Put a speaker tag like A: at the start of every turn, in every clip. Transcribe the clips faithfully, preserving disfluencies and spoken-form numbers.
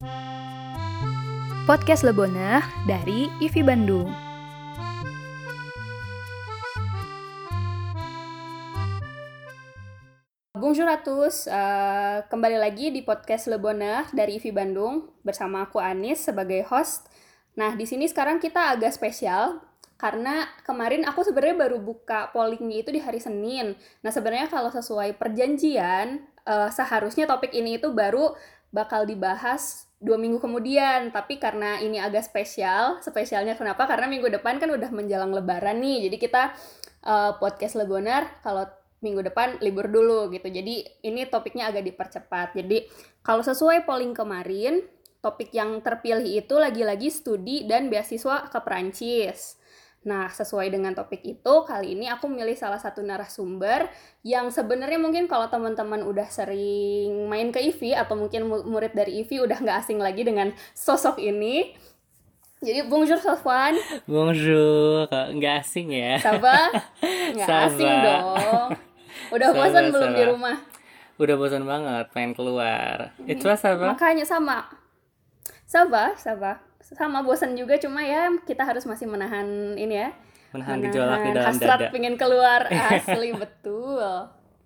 A: Podcast Lebonah dari I V I Bandung. Bonjour à tous, uh, kembali lagi di podcast Lebonah dari I V I Bandung bersama aku Anis sebagai host. Nah, di sini sekarang kita agak spesial karena kemarin aku sebenarnya baru buka pollingnya itu di hari Senin. Nah, sebenarnya kalau sesuai perjanjian, uh, seharusnya topik ini itu baru bakal dibahas dua minggu kemudian. Tapi karena ini agak spesial, spesialnya kenapa? Karena minggu depan kan udah menjelang Lebaran nih. Jadi kita uh, podcast Lebonar kalau minggu depan libur dulu gitu. Jadi ini topiknya agak dipercepat. Jadi kalau sesuai polling kemarin, topik yang terpilih itu lagi-lagi studi dan beasiswa ke Perancis. Nah, sesuai dengan topik itu, kali ini aku milih salah satu narasumber yang sebenarnya mungkin kalau teman-teman udah sering main ke I V I atau mungkin murid dari I V I udah nggak asing lagi dengan sosok ini. Jadi, bonjour Sofwan.
B: Bonjour, nggak asing ya?
A: Saba? Nggak asing dong. Udah
B: Saba,
A: bosan belum
B: Saba.
A: di rumah?
B: Udah bosan banget, pengen keluar. Itu apa?
A: Makanya sama. Saba, Saba. Sama bosan juga, cuma ya kita harus masih menahan ini ya.
B: Menahan, menahan gejolak di dalam
A: hasrat
B: dada.
A: pengen keluar, asli betul.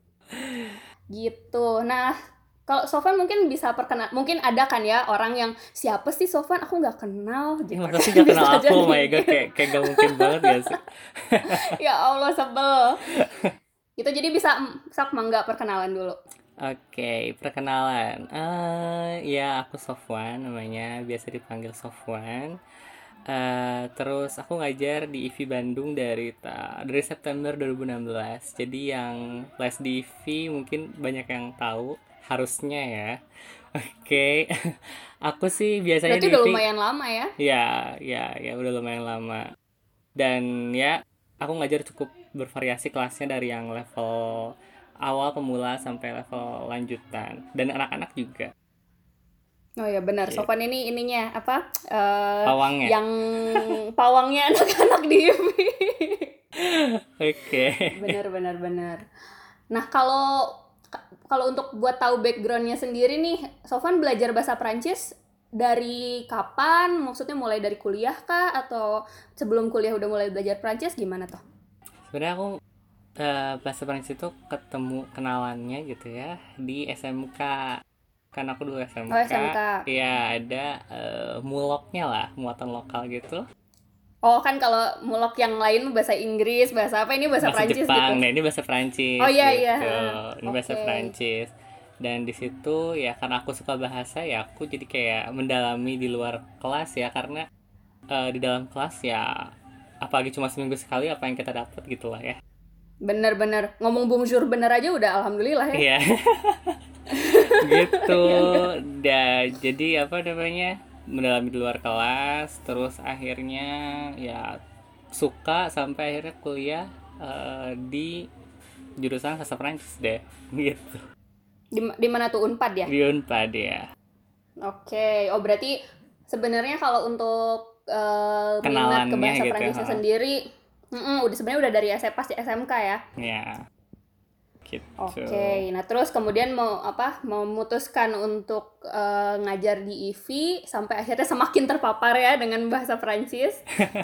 A: Gitu. Nah, kalau Sofan mungkin bisa perkenal, mungkin ada kan ya orang yang siapa sih Sofan, aku nggak kenal gitu.
B: Ya, masa sih gak kenal aku, oh my god, kayak, kayak gak mungkin banget ya sih.
A: Ya Allah, sebel. Itu jadi bisa, Sak, mangga perkenalan dulu.
B: Oke, okay, perkenalan. Uh, ya, aku Sofwan namanya, biasa dipanggil Sofwan. Uh, terus aku ngajar di I V I Bandung dari ta, dari September dua ribu enam belas. Jadi yang les di I V I mungkin banyak yang tahu, harusnya ya. Oke, okay. Aku sih biasanya
A: berarti
B: di I V I.
A: Udah lumayan lama ya?
B: Ya, ya, ya udah lumayan lama. Dan ya, aku ngajar cukup bervariasi kelasnya dari yang level awal pemula sampai level lanjutan, dan anak-anak juga.
A: Oh ya benar,
B: Gitu.
A: Sofan ini ininya apa? Uh,
B: pawangnya.
A: Yang pawangnya anak-anak di I V I.
B: Oke. Okay.
A: Benar benar benar. Nah, kalau kalau untuk buat tahu backgroundnya sendiri nih, Sofan belajar bahasa Prancis dari kapan? Maksudnya mulai dari kuliah kah? Atau sebelum kuliah udah mulai belajar Prancis, gimana tuh?
B: Sebenarnya aku uh, bahasa Prancis itu ketemu kenalannya gitu ya di S M K. Kan aku dulu S M K.
A: Oh, S M K.
B: Ya ada uh, muloknya lah, muatan lokal gitu.
A: Oh kan kalau mulok yang lain bahasa Inggris, bahasa apa, ini bahasa, bahasa Prancis
B: Jepang,
A: gitu.
B: nah ini bahasa Prancis.
A: Oh iya
B: gitu.
A: iya.
B: Ini okay. Bahasa Prancis. Dan di situ ya karena aku suka bahasa ya aku jadi kayak mendalami di luar kelas ya, karena uh, di dalam kelas ya apalagi cuma seminggu sekali apa yang kita dapat gitulah ya.
A: Bener-bener ngomong bonjour bener aja udah alhamdulillah ya.
B: Iya. Gitu. Dan jadi apa namanya, mendalami di luar kelas, terus akhirnya ya suka sampai akhirnya kuliah uh, di jurusan sastra Prancis deh gitu.
A: Di, di mana tuh, Unpad ya?
B: Di Unpad ya.
A: Oke, okay. Oh berarti sebenarnya kalau untuk uh, minat ke bahasa gitu, Prancisnya sendiri, udah sebenarnya udah dari S M P pasti S M K ya?
B: Iya. Gitu.
A: Oke, okay. Nah terus kemudian mau apa? Memutuskan untuk uh, ngajar di I V I sampai akhirnya semakin terpapar ya dengan bahasa Prancis.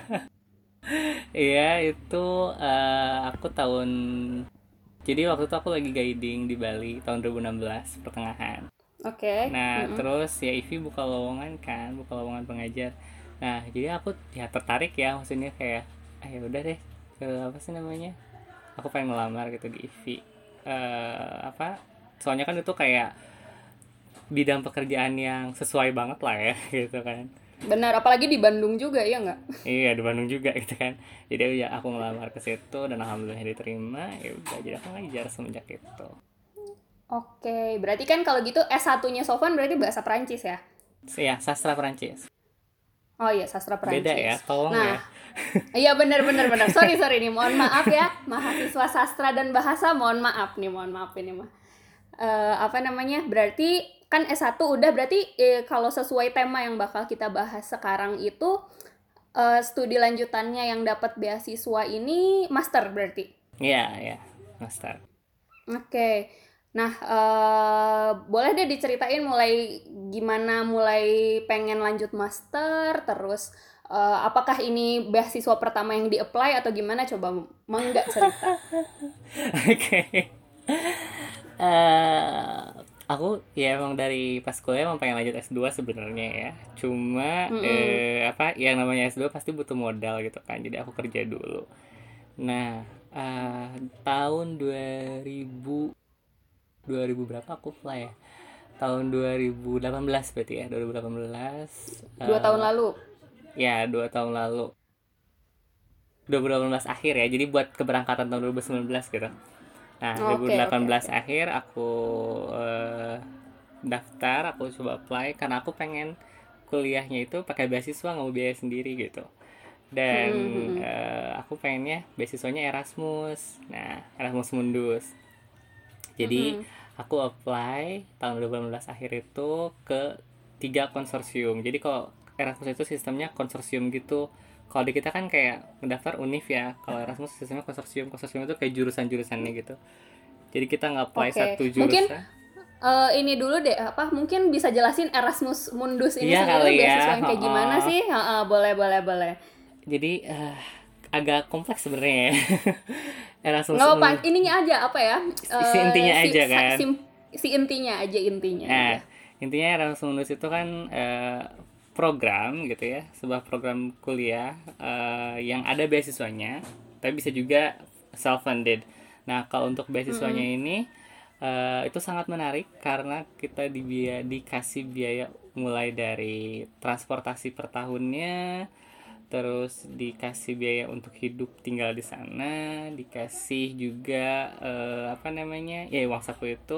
B: Iya itu uh, aku tahun jadi waktu itu aku lagi guiding di Bali tahun dua ribu enam belas pertengahan.
A: Oke. Okay.
B: Nah mm-hmm. terus ya I V I buka lowongan kan, buka lowongan pengajar. Nah jadi aku ya tertarik ya, maksudnya kayak, ah ya udah deh, ke apa sih namanya? Aku pengen ngelamar gitu di I V I. Uh, apa? Soalnya kan itu kayak bidang pekerjaan yang sesuai banget lah ya, gitu kan.
A: Benar, apalagi di Bandung juga ya nggak?
B: Iya di Bandung juga gitu kan. Jadi ya aku ngelamar ke situ dan alhamdulillah diterima. Ya udah jadi aku ngajar semenjak itu.
A: Oke, berarti kan kalau gitu S satu-nya Sofan berarti bahasa Prancis ya?
B: Iya, sastra Prancis.
A: Oh iya, sastra Prancis.
B: Beda ya, tolong
A: nah,
B: ya.
A: Iya benar benar benar. Sorry sorry nih, mohon maaf ya, mahasiswa sastra dan bahasa, mohon maaf nih, mohon maaf ini mah. Uh, apa namanya? Berarti kan S satu udah, berarti eh, kalau sesuai tema yang bakal kita bahas sekarang itu uh, studi lanjutannya yang dapat beasiswa ini master berarti?
B: Iya, iya, master.
A: Oke. Okay. Nah, eh, boleh deh diceritain mulai gimana mulai pengen lanjut master, terus eh, apakah ini beasiswa pertama yang di-apply atau gimana? Coba mangga cerita.
B: Oke. Eh, aku ya emang dari pas kuliah emang pengen lanjut S dua sebenarnya ya. Cuma
A: Mm-mm.
B: eh, apa yang namanya S dua pasti butuh modal gitu kan. Jadi aku kerja dulu. Nah, eh, tahun dua ribu dua ribu berapa aku apply ya? Tahun dua ribu delapan belas berarti ya, dua ribu delapan belas.
A: Dua tahun
B: eh
A: lalu.
B: ya, dua tahun lalu. dua ribu delapan belas akhir ya. Jadi buat keberangkatan tahun dua ribu sembilan belas gitu. Nah,
A: Oke, oke,
B: dua ribu delapan belas
A: oke.
B: akhir aku eh, daftar, aku coba apply karena aku pengen kuliahnya itu pakai beasiswa, nggak mau biaya sendiri gitu. Dan
A: Mm-mm, mm-mm,
B: eh, aku pengennya beasiswanya Erasmus. Nah, Erasmus Mundus. Jadi
A: mm-mm.
B: aku apply tahun dua ribu delapan belas akhir itu ke tiga konsorsium. Jadi kalau Erasmus itu sistemnya konsorsium gitu. Kalau di kita kan kayak mendaftar univ ya. Kalau Erasmus sistemnya konsorsium. Konsorsium itu kayak jurusan-jurusannya gitu. Jadi kita nggak apply
A: Oke,
B: satu
A: mungkin
B: jurusan.
A: eh, ini dulu deh, apa? Mungkin bisa jelasin Erasmus Mundus ini
B: Iya
A: sendiri
B: kali
A: tuh
B: ya.
A: beasiswa yang kayak gimana
B: Oh,
A: sih? Heeh, boleh, boleh, boleh.
B: jadi eh, agak kompleks sebenarnya ya. Erasmus
A: Nggak apa-apa,
B: mm,
A: ininya aja apa ya?
B: isi
A: Eh,
B: intinya
A: si,
B: aja
A: sa-
B: kan.
A: sim- si intinya aja, intinya
B: Nah,
A: aja.
B: intinya Erasmus Mundus itu kan eh, program gitu ya, sebuah program kuliah eh, yang ada beasiswanya, tapi bisa juga self funded. Nah, kalau untuk beasiswanya
A: Mm-mm.
B: ini eh, itu sangat menarik karena kita dibiaya, dikasih biaya mulai dari transportasi per tahunnya, terus dikasih biaya untuk hidup tinggal di sana, dikasih juga eh, apa namanya, ya uang saku itu.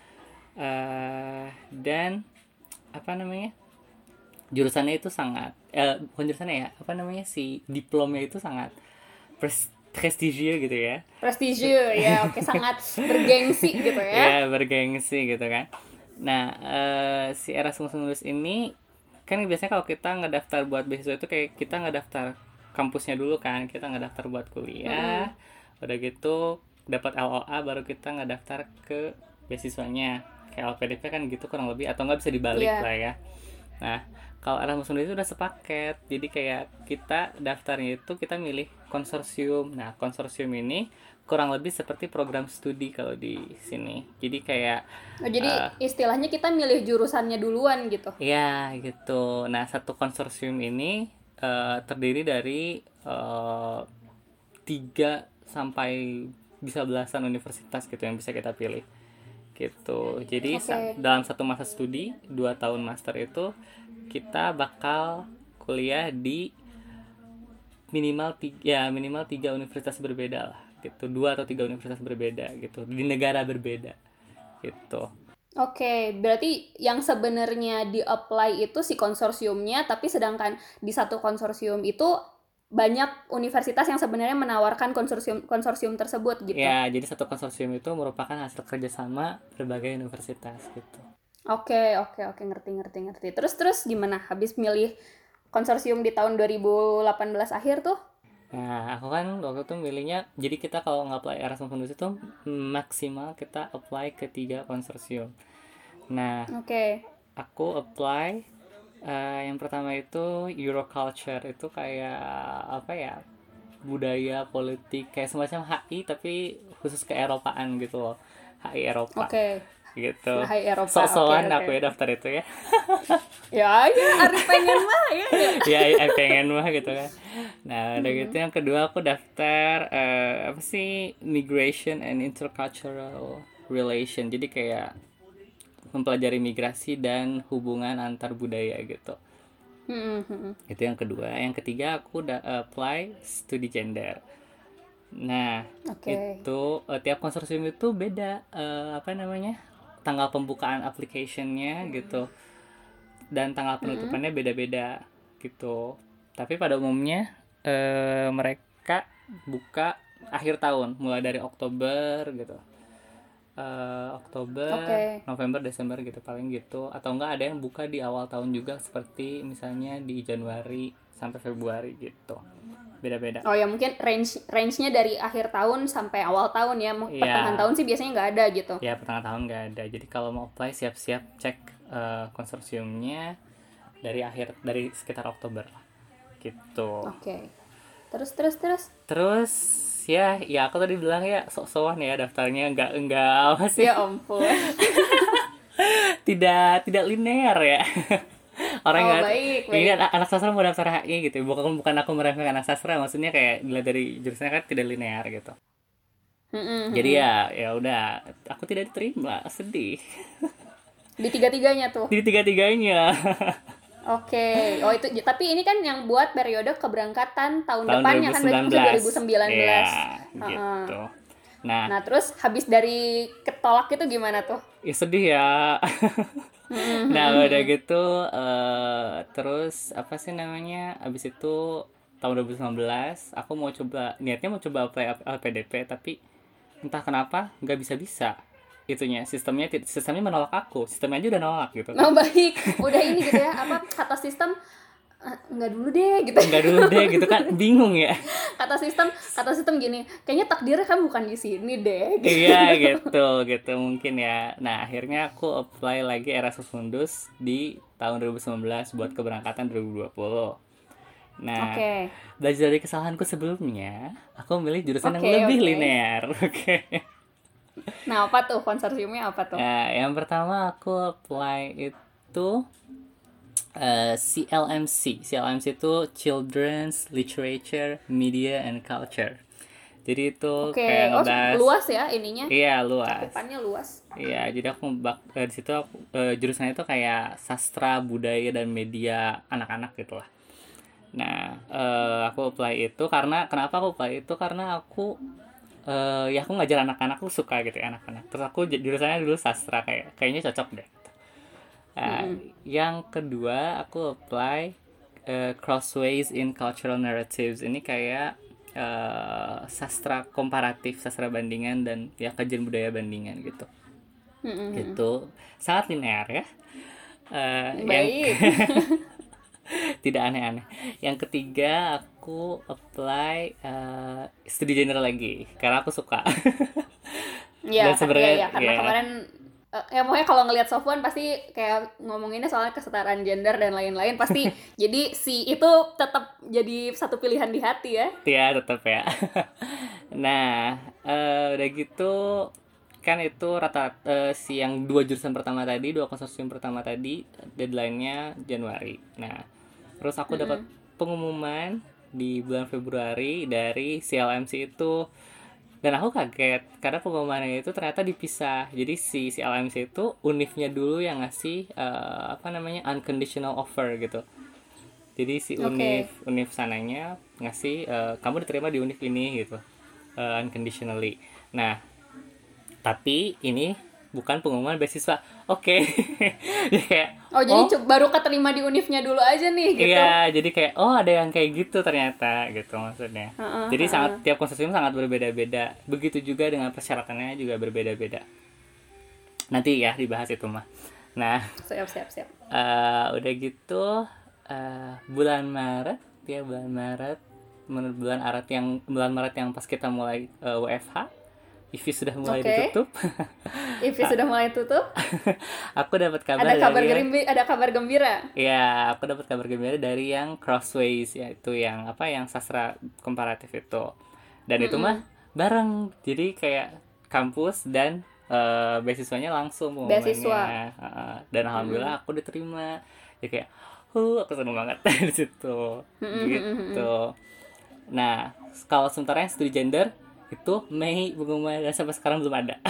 B: Eh, dan apa namanya, jurusannya itu sangat eh, bukan jurusannya ya, apa namanya, si diplomnya itu sangat pres prestigious gitu ya.
A: Prestisius ya, oke, sangat bergengsi gitu ya.
B: Ya, bergengsi gitu kan. Nah, eh, si Erasmus Mundus ini kan biasanya kalau kita ngedaftar buat beasiswa itu kayak kita ngedaftar kampusnya dulu kan, kita ngedaftar buat
A: Mm-mm.
B: kuliah, udah gitu dapat L O A baru kita ngedaftar ke beasiswanya, kayak L P D P kan gitu kurang lebih, atau nggak bisa dibalik
A: Iya.
B: lah ya. Nah, kalau Erasmus Mundus itu udah sepaket. Jadi kayak kita daftarnya itu kita milih konsorsium. Nah, konsorsium ini kurang lebih seperti program studi kalau di sini. Jadi kayak
A: Oh, jadi
B: eh
A: istilahnya kita milih jurusannya duluan gitu.
B: ya gitu. Nah, satu konsorsium ini eh, terdiri dari eh, tiga sampai bisa belasan universitas gitu yang bisa kita pilih gitu. Jadi
A: Oke.
B: dalam satu masa studi dua tahun master itu kita bakal kuliah di minimal tiga, ya minimal tiga universitas berbeda lah gitu, dua atau tiga universitas berbeda gitu di negara berbeda gitu.
A: Oke, berarti yang sebenarnya di-apply itu si konsorsiumnya, tapi sedangkan di satu konsorsium itu banyak universitas yang sebenarnya menawarkan konsorsium konsorsium tersebut gitu.
B: Ya, jadi satu konsorsium itu merupakan hasil kerjasama berbagai universitas gitu.
A: Oke, oke, oke, ngerti, ngerti, ngerti. Terus, terus gimana? Habis milih konsorsium di tahun dua ribu delapan belas akhir tuh?
B: Nah, aku kan waktu itu milihnya, jadi kita kalau nge-apply Erasmus Mundus itu maksimal kita apply ke tiga konsorsium. Nah,
A: Oke,
B: aku apply eh, yang pertama itu Euroculture, itu kayak apa ya, budaya politik kayak semacam H I tapi khusus ke Eropaan gitu loh, H I Eropa
A: oke.
B: gitu.
A: Hai Eropa, oke,
B: Sok-sokan
A: oke,
B: aku ya
A: oke.
B: daftar itu ya.
A: Ya, ya, Ari pengen mah, ya, ya.
B: Ya, ya pengen mah gitu kan. Nah, udah gitu
A: Mm-mm.
B: yang kedua aku daftar eh, apa sih, Migration and Intercultural Relation, jadi kayak mempelajari migrasi dan hubungan antar budaya gitu.
A: Mm-mm, mm-mm.
B: Itu yang kedua. Yang ketiga aku udah apply studi gender. Nah,
A: Oke.
B: itu eh, tiap konsorsium itu beda eh, apa namanya, tanggal pembukaan application-nya gitu, dan tanggal
A: Mm-mm.
B: penutupannya beda-beda gitu. Tapi pada umumnya eh, mereka buka akhir tahun, mulai dari Oktober gitu. Eh, Oktober,
A: Oke.
B: November, Desember gitu paling gitu. Atau enggak ada yang buka di awal tahun juga seperti misalnya di Januari sampai Februari gitu. beda-beda.
A: Oh ya, mungkin range range-nya dari akhir tahun sampai awal tahun ya. Mau pertengahan
B: Iya,
A: tahun sih biasanya nggak ada gitu.
B: ya pertengahan tahun nggak ada. Jadi kalau mau apply siap-siap cek eh, konsorsiumnya dari akhir dari sekitar Oktober lah. Gitu.
A: Oke. Terus terus terus.
B: Terus ya, ya aku tadi bilang ya sok-sokan ya daftarnya nggak nggak apa sih?
A: Ya ampun.
B: tidak tidak linear ya. Orang
A: Oh,
B: nggak,
A: baik,
B: ini
A: baik.
B: anak, anak sastra mau daftar H I gitu, bukan bukan aku meremehkan anak sastra, maksudnya kayak dilihat dari jurusannya kan tidak linear gitu.
A: Mm-mm,
B: Jadi
A: mm-mm.
B: ya ya udah, aku tidak diterima, sedih.
A: Di tiga-tiganya tuh.
B: Di tiga-tiganya.
A: Oke. Oh itu, tapi ini kan yang buat periode keberangkatan tahun
B: Tahun
A: depannya kan, berarti maksudnya
B: dua ribu sembilan belas.
A: dua ribu sembilan belas.
B: Ya,
A: Heeh.
B: gitu. Nah,
A: Nah, terus habis dari ketolak itu gimana tuh?
B: ya sedih ya. Nah, udah gitu eh terus apa sih namanya? Abis itu tahun dua ribu sembilan belas aku mau coba, niatnya mau coba apply L P D P, tapi entah kenapa nggak bisa-bisa itunya, sistemnya sistemnya menolak aku, sistemnya aja udah nolak gitu.
A: Oh baik, udah ini gitu ya, apa kata sistem, "Eh, nggak dulu deh gitu."
B: Nggak dulu deh gitu kan, bingung ya.
A: Kata sistem, kata sistem gini, kayaknya takdirnya kan bukan di sini deh. Gitu.
B: Iya gitu gitu mungkin ya. Nah akhirnya aku apply lagi Erasmus Mundus di tahun dua ribu sembilan belas buat keberangkatan dua ribu dua puluh. Nah,
A: Oke,
B: belajar dari kesalahanku sebelumnya, aku memilih jurusan yang
A: oke,
B: lebih
A: oke.
B: linear. Oke.
A: Nah apa tuh konsorsiumnya apa tuh?
B: Nah, yang pertama aku apply itu eh, C L M C. C L M C itu Children's Literature, Media and Culture. Jadi itu
A: Oke,
B: kayak
A: oh
B: ngebahas,
A: luas ya ininya,
B: iya luas.
A: cakupannya luas.
B: Iya, jadi aku bak eh, di situ aku, eh, jurusannya itu kayak sastra, budaya dan media anak-anak gitu lah. Nah, eh, aku apply itu karena kenapa aku apply itu karena aku eh, ya aku ngajar anak-anak, aku suka gitu ya anak-anak. Terus aku j- jurusannya dulu sastra, kayak kayaknya cocok deh. Nah,
A: Mm-mm.
B: yang kedua aku apply eh, Crossways in Cultural Narratives. Ini kayak eh, sastra komparatif, sastra bandingan dan ya kajian budaya bandingan gitu.
A: Mm-mm.
B: Itu sangat linear ya. Eh, yang
A: Baik.
B: tidak aneh-aneh. Yang ketiga aku apply eh, studi gender lagi karena aku suka. Dan
A: Iya, ka- iya,
B: sebenarnya
A: iya. Karena
B: ya,
A: kemarin, eh, ya pokoknya kalau ngelihat Sofwan pasti kayak ngomonginnya soal kesetaraan gender dan lain-lain. Pasti jadi si itu tetap jadi satu pilihan di hati ya.
B: ya tetap ya. Nah, eh, udah gitu kan itu rata eh, si yang dua jurusan pertama tadi, dua konsorsium pertama tadi deadline-nya Januari. Nah, terus aku dapat
A: Mm-mm.
B: pengumuman di bulan Februari dari C L M C itu, dan aku kaget karena pengumumannya itu ternyata dipisah. Jadi si C L M C itu univnya dulu yang ngasih eh, apa namanya unconditional offer gitu. Jadi si univ
A: Oke.
B: univ sananya ngasih eh, kamu diterima di univ ini gitu, eh, unconditionally. Nah, tapi ini bukan pengumuman beasiswa. Oke. Jadi kayak
A: Oh, jadi
B: oh
A: cu- baru keterima di univnya dulu aja nih gitu.
B: iya, jadi kayak oh ada yang kayak gitu ternyata gitu maksudnya.
A: Heeh,
B: Jadi sangat
A: heeh.
B: tiap konsorsium sangat berbeda-beda. Begitu juga dengan persyaratannya juga berbeda-beda. Nanti ya dibahas itu mah. Nah,
A: Siap, siap, siap.
B: eh, udah gitu eh, bulan Maret ya bulan Maret menurut bulan Maret yang bulan Maret yang pas kita mulai eh, W F H, I V sudah mulai
A: Oke.
B: ditutup.
A: I V sudah mulai tutup.
B: Aku dapat kabar
A: Ada kabar
B: dari yang
A: gembira, ada kabar gembira.
B: ya aku dapat kabar gembira dari yang Crossways, yaitu yang apa yang sastra komparatif itu. Dan itu mah
A: Mm-mm.
B: bareng. Jadi kayak kampus dan eh, beasiswanya langsung
A: Beasiswa.
B: pengumumannya. Heeh. Dan
A: Mm-mm.
B: alhamdulillah aku diterima. Jadi kayak huh aku seneng banget di situ.
A: Mm-mm, mm-mm, mm-mm.
B: Gitu. Nah, kalau sementara yang studi gender itu Mei pengumuman dan sampai sekarang belum ada.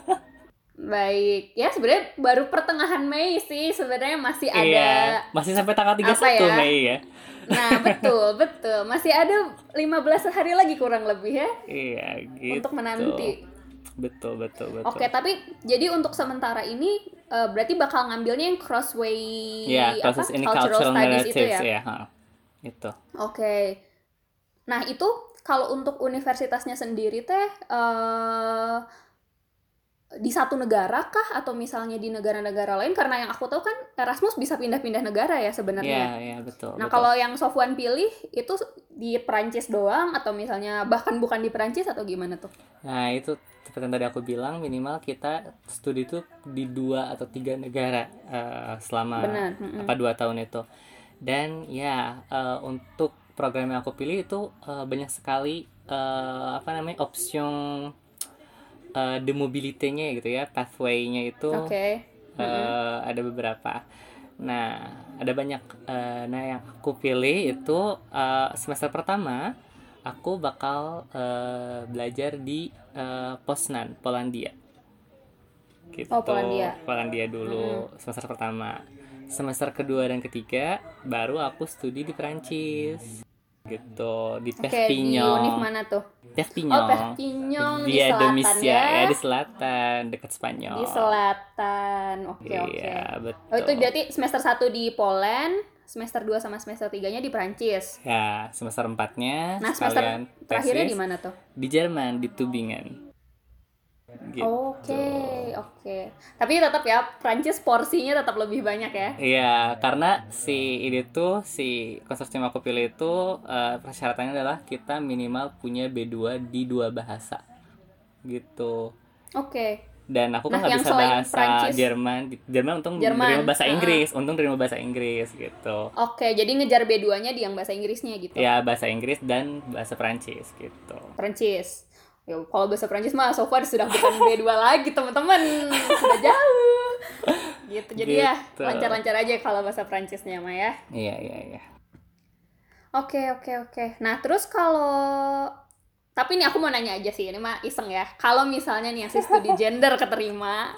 A: Baik, ya sebenarnya baru pertengahan Mei sih, sebenarnya masih
B: Iya,
A: ada
B: masih sampai tanggal tiga puluh
A: apa
B: satu
A: ya?
B: Mei ya.
A: Nah, betul, betul. Masih ada lima belas hari lagi kurang lebih ya
B: Iya,
A: untuk
B: gitu.
A: menanti.
B: Betul, betul, betul.
A: Oke, tapi jadi untuk sementara ini eh, berarti bakal ngambilnya yang crossway
B: Ya,
A: apa?
B: proses ini
A: Cultural
B: cultural
A: studies itu
B: narratives
A: ya.
B: ya, ha. Itu.
A: Oke. Nah, itu kalau untuk universitasnya sendiri teh eh di satu negara kah atau misalnya di negara-negara lain? Karena yang aku tahu kan Erasmus bisa pindah-pindah negara ya sebenarnya.
B: Iya, iya, betul,
A: Nah,
B: betul.
A: kalau yang Sofwan pilih itu di Perancis doang atau misalnya bahkan bukan di Perancis atau gimana tuh?
B: Nah, itu seperti yang tadi aku bilang, minimal kita studi itu di dua atau tiga negara eh, selama
A: Benar.
B: apa
A: Mm-mm.
B: dua tahun itu. Dan ya eh, untuk program yang aku pilih itu eh, banyak sekali eh, apa namanya opsi eh, de mobilité-nya gitu ya, pathway-nya itu
A: Oke. Mm-mm.
B: eh, ada beberapa. Nah, ada banyak. Eh, nah, yang aku pilih itu eh, semester pertama aku bakal eh, belajar di eh, Poznan, Polandia.
A: Oh,
B: Gitu,
A: Polandia.
B: Polandia
A: Mm-mm.
B: dulu semester pertama. Semester kedua dan ketiga baru aku studi di Perancis. Gitu, di
A: Oke, di univ
B: Perpignan.
A: mana tuh? Oh,
B: Perpignan.
A: Perpignan di
B: Via de
A: selatan
B: Misia ya,
A: ya.
B: di selatan dekat
A: Di
B: Spanyol.
A: selatan. Oke, oke.
B: Iya,
A: Oh, itu
B: betul.
A: berarti semester satu di Poland, semester dua sama semester tiganya di Perancis.
B: Ya, semester empatnya
A: Nah, semester
B: sekalian
A: terakhirnya di
B: tesis
A: mana tuh?
B: di Jerman, di Tübingen. Gitu.
A: Oke, oke. Tapi tetap ya, Prancis porsinya tetap lebih banyak ya.
B: Iya, karena si ini tuh, si konsorsium aku pilih itu eh, persyaratannya adalah kita minimal punya B dua di dua bahasa. Gitu.
A: Oke.
B: Dan aku kan
A: Nah,
B: nggak
A: yang
B: bisa
A: selain
B: bahasa
A: Prancis,
B: Jerman. Jerman untung nerima
A: Jerman.
B: bahasa
A: Heeh.
B: Inggris. Untung nerima bahasa Inggris gitu.
A: Oke, jadi ngejar B dua-nya di yang bahasa Inggrisnya gitu.
B: Ya, bahasa Inggris dan bahasa Prancis gitu.
A: Prancis. Ya, kalau bahasa Prancis mah so far sudah bukan B dua lagi, teman-teman. Sudah jauh. Gitu. Jadi ya,
B: Gitu.
A: lancar-lancar aja kalau bahasa Prancisnya mah ya.
B: Iya, iya, iya.
A: Oke, oke, oke. Nah, terus kalau tapi nih aku mau nanya aja sih, ini mah iseng ya. Kalau misalnya nih si studi gender keterima,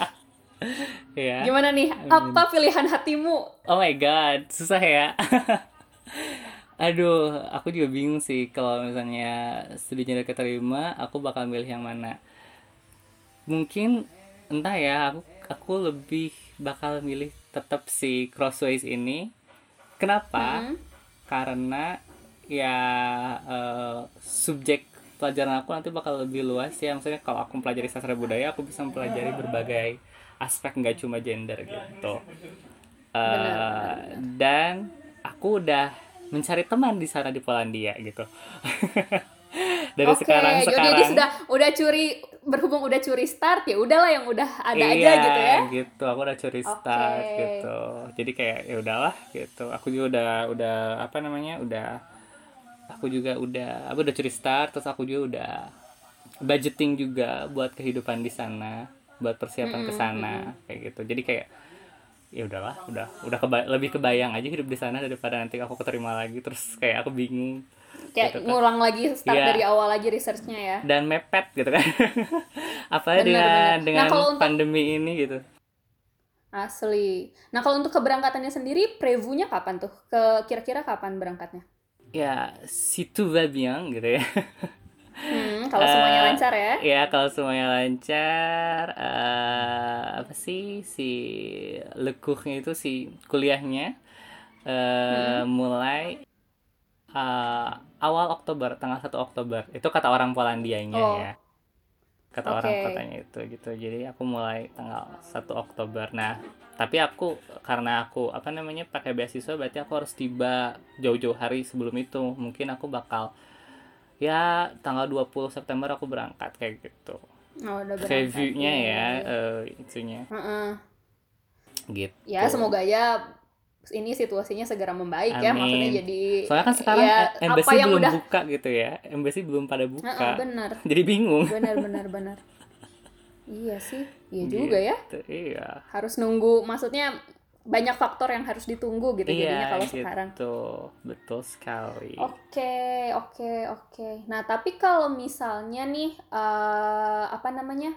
B: Iya.
A: gimana nih?
B: Amin.
A: Apa pilihan hatimu?
B: Oh my god, susah ya. Aduh, aku juga bingung sih kalau misalnya studinya udah keterima, aku bakal milih yang mana. Mungkin entah ya, aku aku lebih bakal milih tetap si Crossways ini. Kenapa?
A: Mm-mm.
B: Karena ya eh, subjek pelajaran aku nanti bakal lebih luas ya. Maksudnya kalau aku mempelajari sastra budaya, aku bisa mempelajari berbagai aspek nggak cuma gender gitu.
A: Benar, benar,
B: Eh,
A: benar.
B: dan aku udah mencari teman di sana di Polandia gitu. Dari
A: Oke,
B: sekarang
A: jadi
B: sekarang
A: sudah udah curi berhubung udah curi start ya udahlah yang udah ada aja
B: iya
A: gitu ya.
B: gitu, aku udah curi
A: Oke.
B: start gitu. Jadi kayak ya udahlah gitu. Aku juga udah udah apa namanya? Udah aku juga udah aku udah curi start, terus aku juga udah budgeting juga buat kehidupan di sana, buat persiapan ke
A: Mm-mm, mm-mm.
B: sana kayak gitu. Jadi kayak ya udahlah, udah udah keba- lebih kebayang aja hidup di sana daripada nanti aku keterima lagi terus kayak aku bingung gitu
A: Kayak
B: kan.
A: ngulang lagi start
B: Iya,
A: dari awal lagi researchnya ya.
B: dan mepet gitu kan. Apalagi
A: Bener,
B: dengan
A: bener. Nah,
B: dengan
A: kalau untuk
B: pandemi ini gitu.
A: asli. Nah, kalau untuk keberangkatannya sendiri, prevunya kapan tuh? Ke kira-kira kapan berangkatnya?
B: Ya, si tout va bien gitu ya.
A: Hmm, kalau semuanya
B: eh
A: lancar ya.
B: ya kalau semuanya lancar, eh apa sih si lekuhnya itu si kuliahnya eh
A: Mm-mm.
B: mulai eh, awal Oktober, tanggal satu Oktober. Itu kata orang Polandianya ya.
A: Oh,
B: Kata
A: oke.
B: orang kotanya itu gitu. Jadi aku mulai tanggal satu Oktober. Nah, tapi aku karena aku apa namanya pakai beasiswa berarti aku harus tiba jauh-jauh hari sebelum itu. Mungkin aku bakal ya tanggal dua puluh September aku berangkat kayak gitu.
A: Oh, udah berangkat.
B: Reviewnya
A: Iya,
B: ya
A: iya, iya.
B: eh, itunya
A: Heeh. Ya,
B: gitu.
A: semoga ya ini situasinya segera membaik ya. Maksudnya
B: Amin.
A: jadi
B: Soalnya kan sekarang
A: ya
B: eh,
A: apa
B: embassy
A: yang
B: belum
A: udah.
B: buka gitu ya. Embassy belum pada
A: Heeh,
B: buka.
A: benar.
B: Jadi bingung.
A: Benar, benar, benar. Iya sih. Iya juga ya.
B: Gitu. Iya.
A: Harus nunggu, maksudnya banyak faktor yang harus ditunggu gitu
B: Iya
A: jadinya kalau sekarang.
B: gitu. Betul sekali.
A: Oke, oke, oke. Nah, tapi kalau misalnya nih, eh, apa namanya,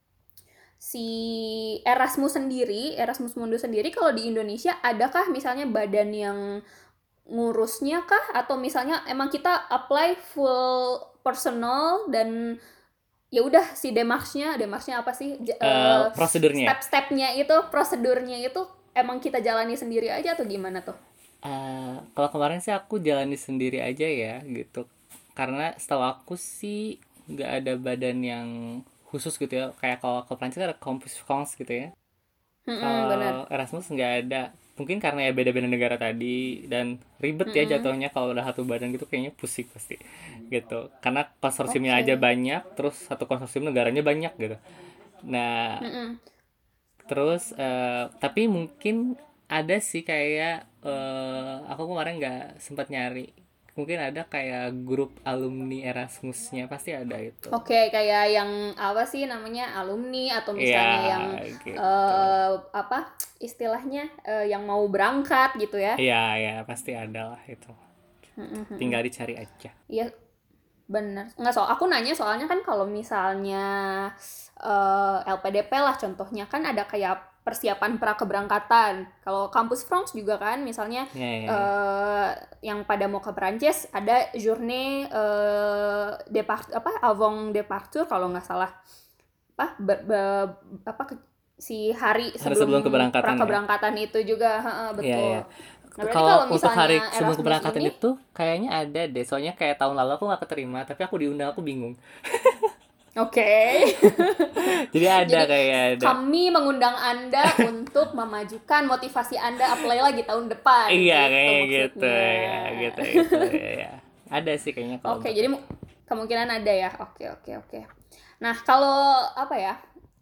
A: si Erasmus sendiri, Erasmus Mundus sendiri, kalau di Indonesia, adakah misalnya badan yang ngurusnya kah? Atau misalnya emang kita apply full personal dan ya udah si demarche-nya, demarche-nya apa sih? J-
B: Eh,
A: eh,
B: prosedurnya.
A: step-stepnya itu, prosedurnya itu emang kita jalani sendiri aja atau gimana tuh?
B: Eh, kalau kemarin sih aku jalani sendiri aja ya gitu. Karena setahu aku sih nggak ada badan yang khusus gitu ya, kayak kalau ke Prancis ada Campus France gitu ya.
A: Mm-mm, benar.
B: Kalau Erasmus nggak ada, mungkin karena ya beda-beda negara tadi dan ribet ya
A: Mm-mm.
B: jatuhnya kalau udah satu badan gitu, kayaknya pusing pasti gitu, karena konsorsiumnya aja
A: Oke.
B: banyak, terus satu konsorsium negaranya banyak gitu. Nah,
A: Mm-mm.
B: terus eh, tapi mungkin ada sih kayak eh, aku kemarin nggak sempat nyari, mungkin ada kayak grup alumni Erasmusnya, pasti ada itu.
A: Oke, kayak yang apa sih namanya alumni atau
B: Ya
A: misalnya yang
B: gitu.
A: eh, apa istilahnya eh, yang mau berangkat gitu ya.
B: Iya ya, pasti ada lah itu,
A: Mm-mm.
B: tinggal dicari aja.
A: Iya, bener. Nggak, so aku nanya soalnya kan kalau misalnya eh, L P D P lah contohnya kan ada kayak persiapan pra keberangkatan. Kalau kampus France juga kan misalnya
B: Ya ya ya.
A: eh, yang pada mau ke Perancis ada journée eh, départ apa avant departure kalau nggak salah apa ber- be- apa ke- si hari
B: Hari sebelum
A: sebelum pra
B: keberangkatan ya.
A: keberangkatan itu juga, heeh,
B: Iya ya.
A: betul. Nah berarti
B: Kalau
A: kalau
B: untuk hari
A: misalnya
B: sebelum
A: Erasmus
B: keberangkatan
A: ini,
B: itu kayaknya ada deh. Soalnya kayak tahun lalu aku nggak keterima, tapi aku diundang, aku bingung.
A: oke.
B: Jadi ada
A: Jadi
B: kayak ada.
A: kami mengundang Anda untuk memajukan motivasi Anda apply lagi tahun depan
B: Iya
A: gitu
B: kayaknya gitu
A: maksudnya.
B: ya, gitu gitu ya, ya. Ada sih kayaknya kalau
A: Oke,
B: untuk
A: jadi
B: itu.
A: mu- kemungkinan ada ya. Oke, oke, oke. Nah, kalau apa ya?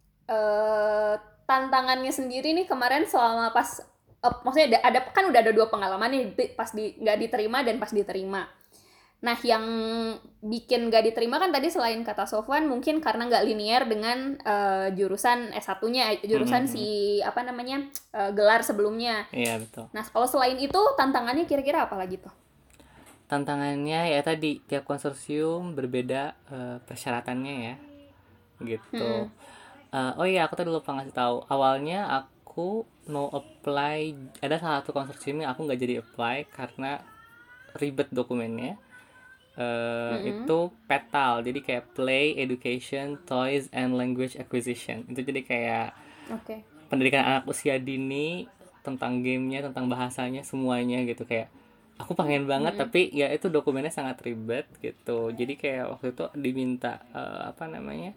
A: Eh tantangannya sendiri nih kemarin selama pas eh, maksudnya ada, ada kan udah ada dua pengalaman nih di- pas di nggak diterima dan pas diterima. Nah, yang bikin gak diterima kan tadi selain kata Sofwan mungkin karena nggak linear dengan eh, jurusan S satu-nya, jurusan
B: Mhm.
A: si apa namanya eh, gelar sebelumnya.
B: Iya betul.
A: Nah, kalau selain itu tantangannya kira-kira apa lagi tuh?
B: Tantangannya ya tadi tiap konsorsium berbeda eh, persyaratannya ya, gitu.
A: Mm-mm.
B: Eh, oh iya, aku tadi lupa ngasih tahu. Awalnya aku no apply, ada salah satu konsorsium yang aku nggak jadi apply karena ribet dokumennya. Eh,
A: Mm-mm.
B: itu petal, jadi kayak play, education, toys, and language acquisition. Itu jadi kayak
A: Oke.
B: pendidikan anak usia dini, tentang gamenya, tentang bahasanya, semuanya gitu. Kayak aku pengen banget,
A: Mm-mm.
B: tapi ya itu dokumennya sangat ribet gitu. Jadi kayak waktu itu diminta eh, apa namanya,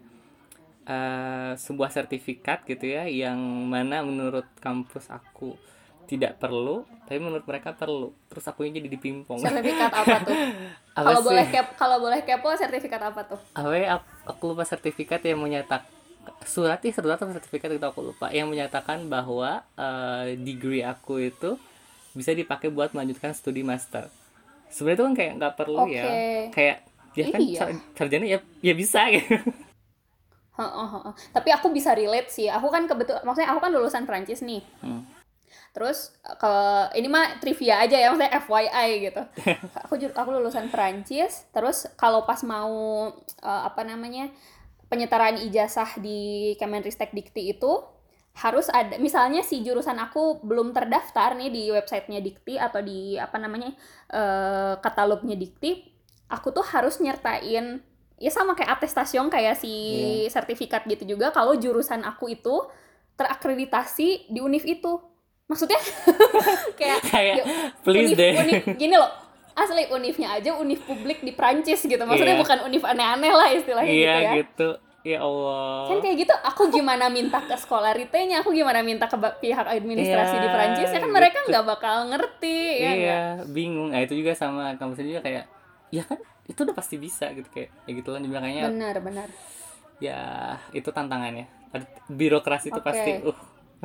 B: eh, sebuah sertifikat gitu ya, yang mana menurut kampus aku tidak perlu, tapi menurut mereka perlu. Terus aku jadi dipimpong.
A: Sertifikat apa tuh?
B: Apa
A: Kalau
B: sih?
A: boleh kep kalau boleh kepo sertifikat apa tuh?
B: Apa ya, aku, aku lupa sertifikat yang menyatakan, surat ya, surat atau sertifikat itu aku lupa, yang menyatakan bahwa eh, degree aku itu bisa dipakai buat melanjutkan studi master. Sebenarnya itu kan kayak nggak perlu ya,
A: Oke.
B: kayak ya kan
A: Iya.
B: sar- sarjana ya ya bisa gitu.
A: Heeh, heeh. Tapi aku bisa relate sih. Aku kan kebetulan maksudnya aku kan lulusan Prancis nih.
B: Hmm.
A: Terus kalau ini mah trivia aja ya, maksudnya F Y I gitu. Aku ju- aku lulusan Perancis. Terus kalau pas mau eh, apa namanya penyetaraan ijazah di Kemenristek Dikti itu harus ada misalnya si jurusan aku belum terdaftar nih di websitenya Dikti atau di apa namanya eh, katalognya Dikti, aku tuh harus nyertain ya sama kayak atestasiun kayak si
B: Iya.
A: sertifikat gitu juga kalau jurusan aku itu terakreditasi di univ itu. Maksudnya kayak
B: Kayak
A: ya
B: please
A: univ
B: deh.
A: univ gini loh, asli univnya aja univ publik di Prancis gitu, maksudnya
B: Iya,
A: bukan univ aneh-aneh lah istilahnya
B: iya
A: gitu ya.
B: gitu. Ya
A: Kan
B: Allah.
A: kayak gitu aku gimana minta ke skolaritenya, aku gimana minta ke pihak
B: Iya
A: administrasi di Prancis ya kan mereka
B: gitu.
A: nggak bakal ngerti ya
B: Iya,
A: nggak.
B: bingung. Nah, itu juga sama kampusnya juga kayak, ya kan itu udah pasti bisa gitu, kayak ya gitu lah, makanya
A: Benar benar.
B: ya itu tantangannya. Ada birokrasi itu pasti
A: Oke,
B: uh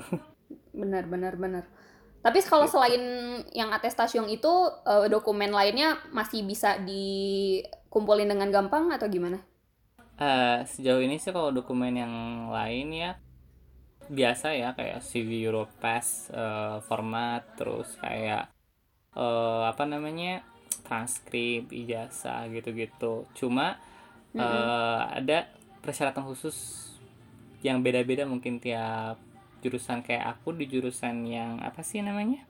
A: benar benar benar. Tapi kalau
B: gitu.
A: selain yang atestasiun itu eh, dokumen lainnya masih bisa dikumpulin dengan gampang atau gimana?
B: Eh, sejauh ini sih kalau dokumen yang lain ya biasa ya, kayak C V Europass eh, format, terus kayak eh, apa namanya, transkrip, ijazah gitu-gitu. Cuma
A: Mm-mm.
B: eh, ada persyaratan khusus yang beda-beda mungkin tiap jurusan. Kayak aku di jurusan yang apa sih namanya,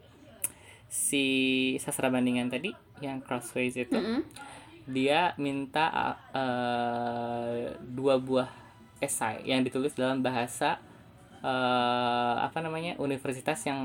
B: si sastra bandingan tadi, yang crossways itu,
A: Mm-mm.
B: dia minta uh, dua buah esai yang ditulis dalam bahasa uh, apa namanya, universitas yang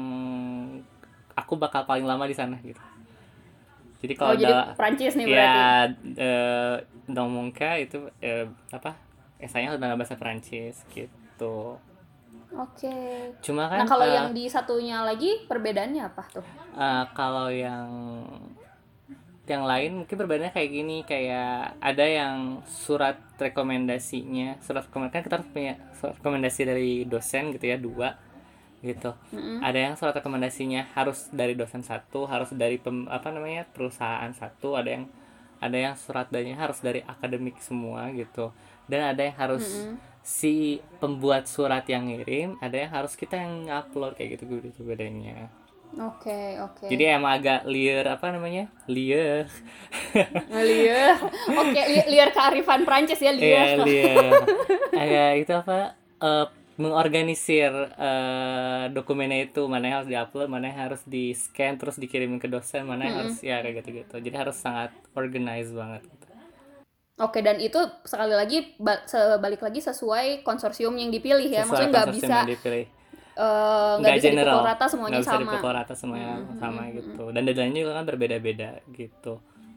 B: aku bakal paling lama di sana gitu. Jadi
A: Oh
B: kalau
A: jadi
B: ada
A: Prancis nih berarti.
B: ya uh, Dongmongka itu uh, apa, esainya dalam bahasa Perancis gitu.
A: Oke.
B: Cuma
A: Nah
B: kan
A: kalau
B: uh,
A: yang di satunya lagi perbedaannya apa tuh?
B: uh, kalau yang yang lain mungkin perbedaannya kayak gini, kayak ada yang surat rekomendasinya, surat rekomendasi kan kita harus punya surat rekomendasi dari dosen gitu ya, dua gitu.
A: Mm-mm.
B: Ada yang surat rekomendasinya harus dari dosen satu, harus dari pem, apa namanya perusahaan satu, ada yang ada yang surat danya harus dari akademik semua gitu, dan ada yang harus
A: Mm-mm.
B: si pembuat surat yang ngirim, ada yang harus kita yang upload kayak gitu gitu bedanya.
A: Oke, oke.
B: Jadi emang agak liar, apa namanya, liar.
A: Liar. Oke, li- liar kearifan Prancis ya,
B: Iya,
A: liar.
B: liar. Agak itu apa, eh, mengorganisir eh, dokumennya itu, mana yang harus diupload, mana yang harus di scan terus dikirimin ke dosen, mana yang harus
A: Mm-mm.
B: ya kayak gitu-gitu. Jadi harus sangat organized banget gitu.
A: Oke, dan itu sekali lagi ba- sebalik lagi sesuai konsorsium yang dipilih ya.
B: Sesuai
A: Maksudnya nggak
B: konsorsium
A: bisa
B: yang dipilih.
A: eh, nggak
B: Nggak
A: bisa dipukul
B: general,
A: rata
B: nggak
A: semuanya
B: bisa
A: sama.
B: dipukul rata semuanya
A: Mm-mm,
B: sama
A: mm-mm, mm-mm.
B: gitu. Dan deadline-nya juga kan berbeda-beda gitu.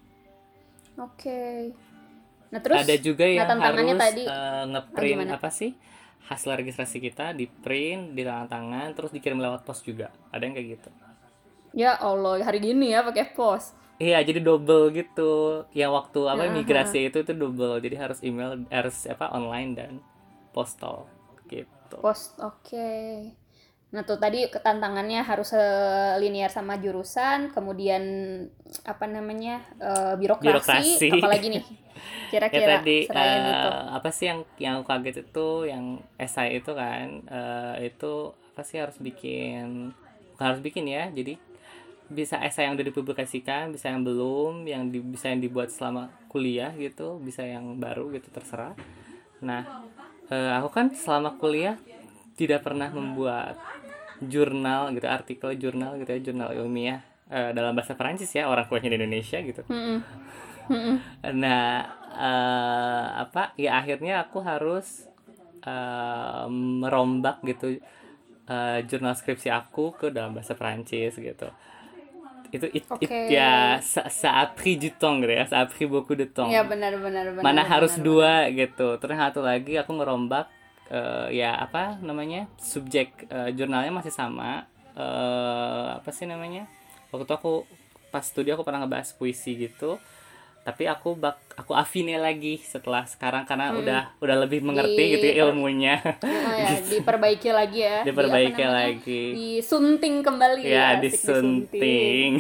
A: Oke. Nah terus,
B: Ada juga
A: nah
B: yang
A: tantangannya
B: harus
A: tadi,
B: eh,
A: ah,
B: ngeprint
A: gimana?
B: apa sih, hasil registrasi kita di print, di tangan tangan, terus dikirim lewat pos juga. Ada yang kayak gitu.
A: Ya Allah, hari gini ya pakai pos.
B: Iya, jadi double gitu. Yang waktu apa
A: Heeh, heeh.
B: migrasi itu itu double. Jadi harus email, harus apa online dan postal gitu.
A: Pos, oke. Nah tuh tadi tantangannya harus linear sama jurusan, kemudian apa namanya eh, birokrasi,
B: Birokrasi.
A: apalagi nih
B: Ya
A: kira-kira
B: tadi
A: selain itu.
B: eh, apa sih yang yang aku kaget itu, yang esai itu kan, eh, itu apa sih, harus bikin, bukan harus bikin ya, jadi bisa esai yang udah dipublikasikan, bisa yang belum, yang di, bisa yang dibuat selama kuliah gitu, bisa yang baru gitu, terserah. Nah, eh, aku kan selama kuliah tidak pernah membuat jurnal gitu, artikel jurnal gitu ya, jurnal ilmiah eh, dalam bahasa Perancis ya, orang kuliahnya di Indonesia gitu.
A: Mm-mm. Mm-mm.
B: Nah, eh, apa ya, akhirnya aku harus eh, merombak gitu eh, jurnal skripsi aku ke dalam bahasa Perancis gitu. Itu it, it
A: Oke.
B: ya ça, ça a pris du temps gitu ya, ça a pris beaucoup de temps.
A: Ya benar benar benar
B: Mana harus
A: benar benar.
B: dua gitu. Terus satu lagi aku ngerombak eh, ya apa namanya, subjek eh, jurnalnya masih sama. Eh, apa sih namanya? Waktu itu aku pas studi aku pernah ngebahas puisi gitu, tapi aku bak aku afine lagi setelah sekarang karena
A: Hmm,
B: udah udah lebih mengerti gitu ya
A: di per,
B: ilmunya.
A: oh ya,
B: Gitu,
A: diperbaiki lagi ya, di apa
B: diperbaiki
A: namanya?
B: lagi
A: Disunting kembali
B: ya,
A: ya, asik disunting.
B: disunting.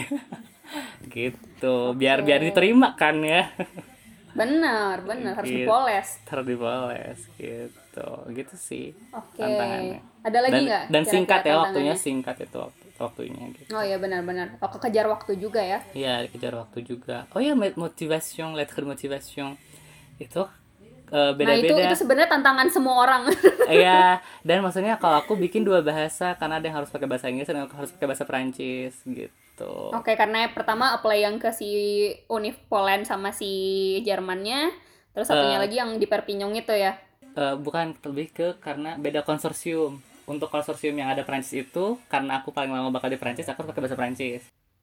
B: Gitu, biar
A: Oke.
B: biar diterima kan ya.
A: Benar, benar harus
B: Gitu,
A: dipoles.
B: dipoles gitu, gitu sih
A: Oke.
B: tantangannya.
A: Ada lagi
B: dan
A: nggak
B: dan
A: kira-kira
B: singkat ya waktunya,
A: tantangannya?
B: singkat itu waktu, waktunya gitu.
A: Oh ya benar-benar. Oh kejar waktu juga ya.
B: Ya dikejar waktu juga. Oh ya, motivation, lettre de motivation itu eh,
A: Nah itu itu
B: beda-beda.
A: sebenarnya tantangan semua orang.
B: Iya, dan maksudnya kalau aku bikin dua bahasa, karena ada yang harus pakai bahasa Inggris dan yang harus pakai bahasa Perancis gitu.
A: Oke, karena pertama apply yang ke si Univ Poland sama si Jermannya, terus satunya
B: Eh
A: lagi yang di Perpignan itu ya.
B: eh, bukan, lebih ke karena beda konsorsium. Untuk konsorsium yang ada Perancis itu, karena aku paling lama bakal di Perancis, aku harus pakai bahasa Perancis.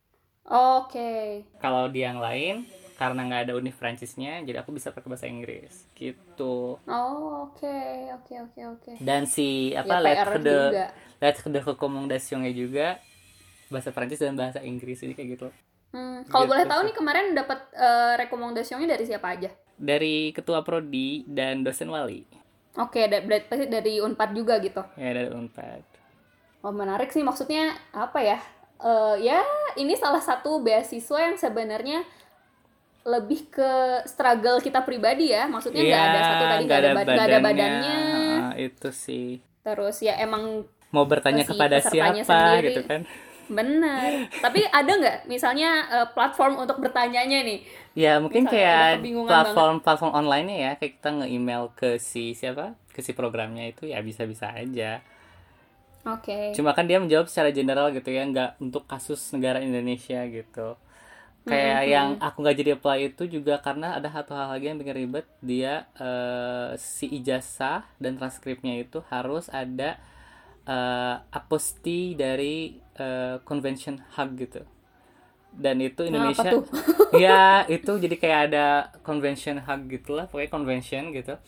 A: Oke.
B: Kalau di yang lain, karena nggak ada univ Perancisnya, jadi aku bisa pakai bahasa Inggris gitu.
A: Oh, oke, oke, oke, oke.
B: Dan si
A: Ya
B: apa,
A: P R
B: lettre de
A: juga.
B: lettre de recommandation-nya juga bahasa Perancis dan bahasa Inggris, jadi kayak gitu.
A: Hmm, kalau boleh
B: Gitu
A: tahu
B: sih.
A: nih kemarin dapat eh, rekomendasinya dari siapa aja?
B: Dari ketua prodi dan dosen wali.
A: Oke, da- berarti dari Unpad juga gitu.
B: Ya, dari Unpad.
A: Oh, menarik sih, maksudnya apa ya? Eh, ya, ini salah satu beasiswa yang sebenarnya lebih ke struggle kita pribadi ya. Maksudnya nggak
B: Iya,
A: ada satu tadi
B: nggak
A: nggak ada
B: ada
A: bad- nggak ada
B: badannya.
A: badannya.
B: Ah, itu sih.
A: Terus ya emang
B: Mau bertanya
A: si
B: kepada
A: pesertanya
B: siapa gitu
A: sendiri.
B: kan.
A: Benar. Tapi ada nggak misalnya eh, platform untuk bertanyanya nih?
B: Ya mungkin
A: Misalnya udah
B: kayak
A: kebingungan banget.
B: platform-platform online-nya ya, kayak kita nge-email ke si siapa, ke si programnya itu, ya bisa-bisa aja.
A: Oke.
B: Cuma kan dia menjawab secara general gitu ya, nggak untuk kasus negara Indonesia gitu.
A: Mm-mm,
B: Kayak yang
A: mm-mm.
B: aku nggak jadi apply itu juga karena ada satu hal lagi yang bikin ribet. Dia eh, si ijazah dan transkripnya itu harus ada eh, aposti dari eh, Convention Hague gitu. Dan itu
A: Nah, apa
B: Indonesia,
A: tuh?
B: ya itu jadi kayak ada convention hug gitulah, pokoknya convention gitu.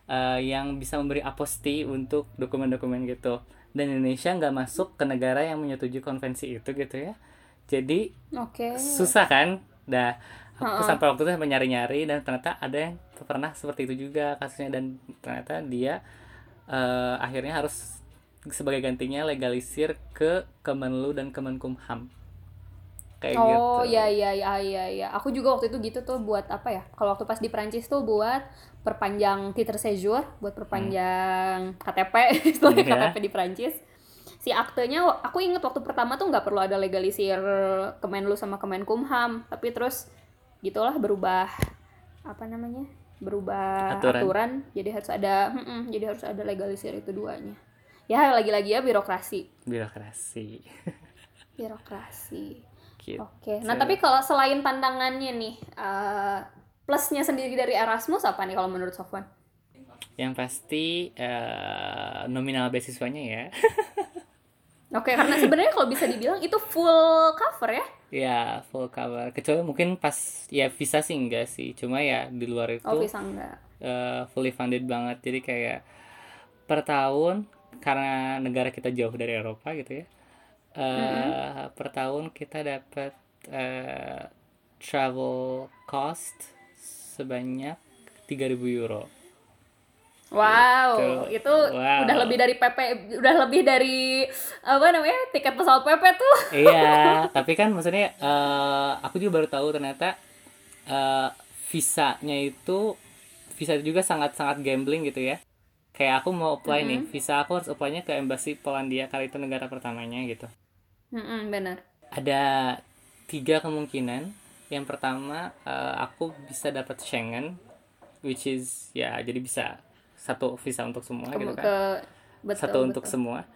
B: uh, yang bisa memberi aposti untuk dokumen-dokumen gitu. Dan Indonesia nggak masuk ke negara yang menyetujui konvensi itu gitu ya. Jadi
A: Oke.
B: susah kan. Dah aku
A: Heeh.
B: sampai waktu itu sampai nyari-nyari dan ternyata ada yang pernah seperti itu juga kasusnya, dan ternyata dia uh, akhirnya harus sebagai gantinya legalisir ke Kemenlu dan Kemenkumham kayak
A: Oh,
B: gitu.
A: ya ya ya ya ya. Aku juga waktu itu gitu tuh buat apa ya? Kalau waktu pas di Prancis tuh buat perpanjang titre séjour, buat perpanjang K T P, istilahnya
B: Ya.
A: K T P di Prancis. Si aktenya aku inget waktu pertama tuh nggak perlu ada legalisir Kemenlu sama Kemenkumham, tapi terus gitulah berubah apa namanya? Berubah
B: Aturan
A: aturan, jadi harus ada mm-mm, jadi harus ada legalisir itu duanya. Ya lagi-lagi ya birokrasi.
B: birokrasi
A: Birokrasi.
B: gitu.
A: Oke, nah tapi kalau selain tantangannya nih, uh, plusnya sendiri dari Erasmus apa nih kalau menurut Sofwan?
B: Yang pasti uh, nominal beasiswanya ya.
A: Oke, karena sebenarnya kalau bisa dibilang itu full cover ya?
B: Ya full cover, kecuali mungkin pas ya visa sih enggak sih, cuma ya di luar itu
A: Oh, visa enggak.
B: uh, fully funded banget. Jadi kayak per tahun, karena negara kita jauh dari Eropa gitu ya, uh, mm-hmm. per tahun kita dapat uh, travel cost sebanyak tiga ribu euro.
A: Wow,
B: Gitu.
A: itu
B: Wow.
A: udah lebih dari P P, udah lebih dari apa namanya tiket pesawat P P tuh.
B: Iya, tapi kan maksudnya uh, aku juga baru tahu ternyata uh, visanya itu visa juga sangat-sangat gambling gitu ya. Kayak aku mau apply
A: Mm-mm.
B: nih, visa aku harus apply-nya ke Embassy Polandia karena itu negara pertamanya gitu.
A: Mm-mm, benar.
B: Ada tiga kemungkinan. Yang pertama uh, aku bisa dapat Schengen, which is ya jadi bisa satu visa untuk semua
A: Ke,
B: gitu kan.
A: ke betul,
B: Satu
A: betul.
B: untuk semua.